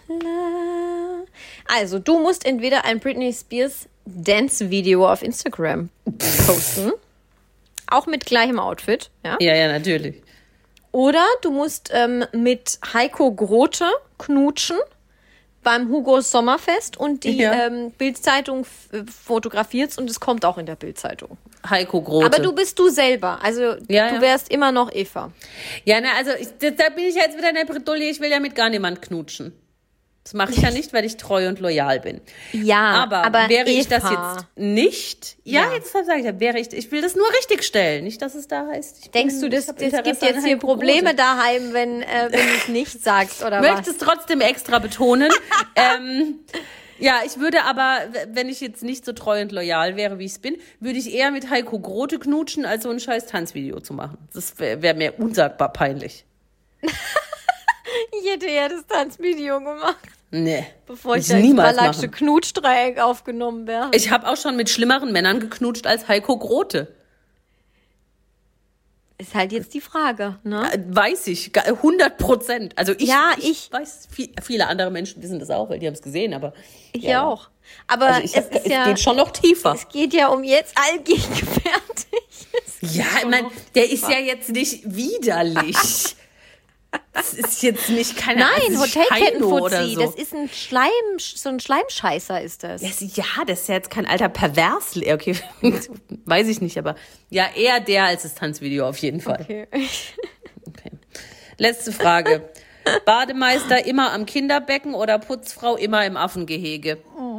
Also, du musst entweder ein Britney Spears Dance-Video auf Instagram posten. Auch mit gleichem Outfit. Ja, ja, ja, natürlich. Oder du musst ähm, mit Heiko Grote knutschen beim Hugo Sommerfest und die Ja. ähm, Bild-Zeitung f- fotografiert und es kommt auch in der Bild-Zeitung. Heiko Grote. Aber du bist du selber. Also Ja, du ja. wärst immer noch Eva. Ja, na, also ich, da da bin ich jetzt wieder in der Bredouille, ich will ja mit gar niemand knutschen. Das mache ich ja nicht, weil ich treu und loyal bin. Ja, aber, aber wäre ich Eva. das jetzt nicht, ja, Ja. jetzt sage ich ja, wäre ich, ich will das nur richtig stellen, nicht, dass es da heißt. Ich Denkst bin, du, das, ich hab das Interesse gibt an jetzt hier Heiko Probleme Grote. daheim, wenn, äh, wenn du es nicht sagst, oder Möchte was? es trotzdem extra betonen. ähm, ja, ich würde aber, wenn ich jetzt nicht so treu und loyal wäre, wie ich es bin, würde ich eher mit Heiko Grote knutschen, als so ein scheiß Tanzvideo zu machen. Das wäre wär mir unsagbar peinlich. Ich hätte ja das Tanzvideo gemacht, Nee. bevor ich Würde da ins niemals Ballacksche machen. Knutschdreieck aufgenommen wäre. Ich habe auch schon mit schlimmeren Männern geknutscht als Heiko Grote. Ist halt jetzt die Frage, ne? Äh, Weiß ich, ga- hundert Prozent. Also ich, Ja, ich, ich- weiß, viel, viele andere Menschen wissen das auch, weil die haben es gesehen, aber Ich ja, auch. Aber Also ich es hab, ist es ja, geht schon noch tiefer. es geht ja um jetzt allgegenwärtig. Es Ja, ich mein, der ist ja jetzt nicht widerlich. Das ist jetzt nicht keine Nein, Ahnung, Heino Hotelkettenfuzzi, oder so. das ist ein Schleim, so ein Schleimscheißer ist das. Das ist- ja, das ist ja jetzt kein alter Pervers. Okay, weiß ich nicht, aber ja, eher der als das Tanzvideo auf jeden Fall. Okay. Okay. Letzte Frage. Bademeister immer am Kinderbecken oder Putzfrau immer im Affengehege?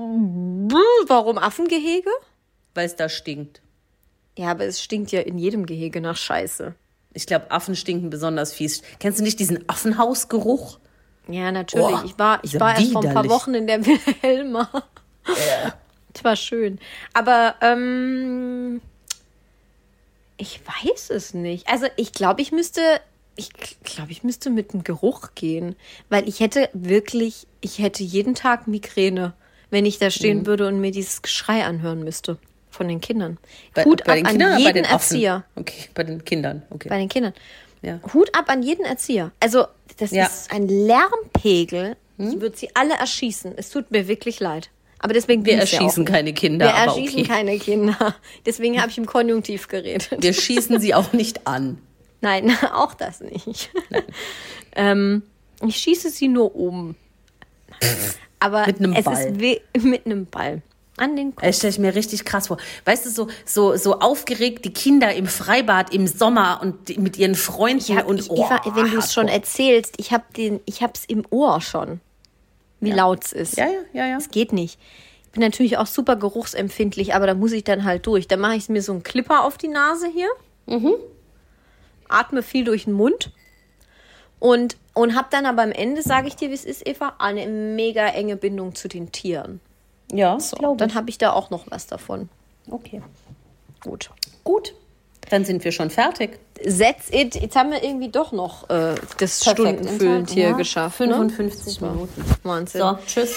Warum Affengehege? Weil es da stinkt. Ja, aber es stinkt ja in jedem Gehege nach Scheiße. Ich glaube, Affen stinken besonders fies. Kennst du nicht diesen Affenhausgeruch? Ja, natürlich. Oh, ich war, ich ist ja war erst vor ein paar widerlich. Wochen in der Wilhelma. Das war schön. Aber ähm, ich weiß es nicht. Also ich glaube, ich müsste, ich glaube, ich müsste mit dem Geruch gehen, weil ich hätte wirklich, ich hätte jeden Tag Migräne, wenn ich da stehen Mhm. würde und mir dieses Geschrei anhören müsste von den Kindern. Bei, Hut bei ab den an Kindern oder jeden bei den Affen? Erzieher. Okay, bei den Kindern. Okay. Bei den Kindern. Ja. Hut ab an jeden Erzieher. Also, das Ja. ist ein Lärmpegel. Hm? Ich würde sie alle erschießen. Es tut mir wirklich leid. Aber deswegen Wir bin's ja erschießen auch nicht. keine Kinder, Wir aber erschießen okay. keine Kinder. Deswegen habe ich im Konjunktiv geredet. Wir schießen sie auch nicht an. Nein, auch das nicht. ähm, ich schieße sie nur um. Aber Mit einem es Ball. ist we- mit einem Ball. An den Kopf. Das stelle ich mir richtig krass vor. Weißt du, so, so, so aufgeregt die Kinder im Freibad im Sommer und die, mit ihren Freunden Ich hab, und ich, Eva, oh, wenn du es schon hardcore. erzählst, ich habe den, ich hab's im Ohr schon, wie laut es ist. Ja, ja, ja, ja. Es geht nicht. Ich bin natürlich auch super geruchsempfindlich, aber da muss ich dann halt durch. Dann mache ich mir so einen Clipper auf die Nase hier, Mhm. atme viel durch den Mund und, und habe dann aber am Ende, sage ich dir, wie es ist, Eva, eine mega enge Bindung zu den Tieren. Ja, So, glaube dann ich. habe ich da auch noch was davon. Okay. Gut. Gut. Dann sind wir schon fertig. That's it. Jetzt haben wir irgendwie doch noch äh, das Perfekt. Stundenfüllen hier Ja, geschafft. fünfundfünfzig ne? Minuten. Wahnsinn. So, tschüss.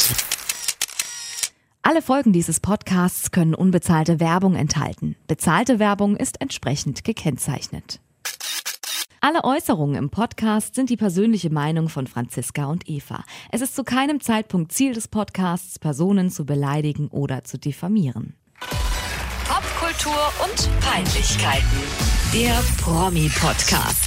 Alle Folgen dieses Podcasts können unbezahlte Werbung enthalten. Bezahlte Werbung ist entsprechend gekennzeichnet. Alle Äußerungen im Podcast sind die persönliche Meinung von Franziska und Eva. Es ist zu keinem Zeitpunkt Ziel des Podcasts, Personen zu beleidigen oder zu diffamieren. Popkultur und Peinlichkeiten. Der Promi-Podcast.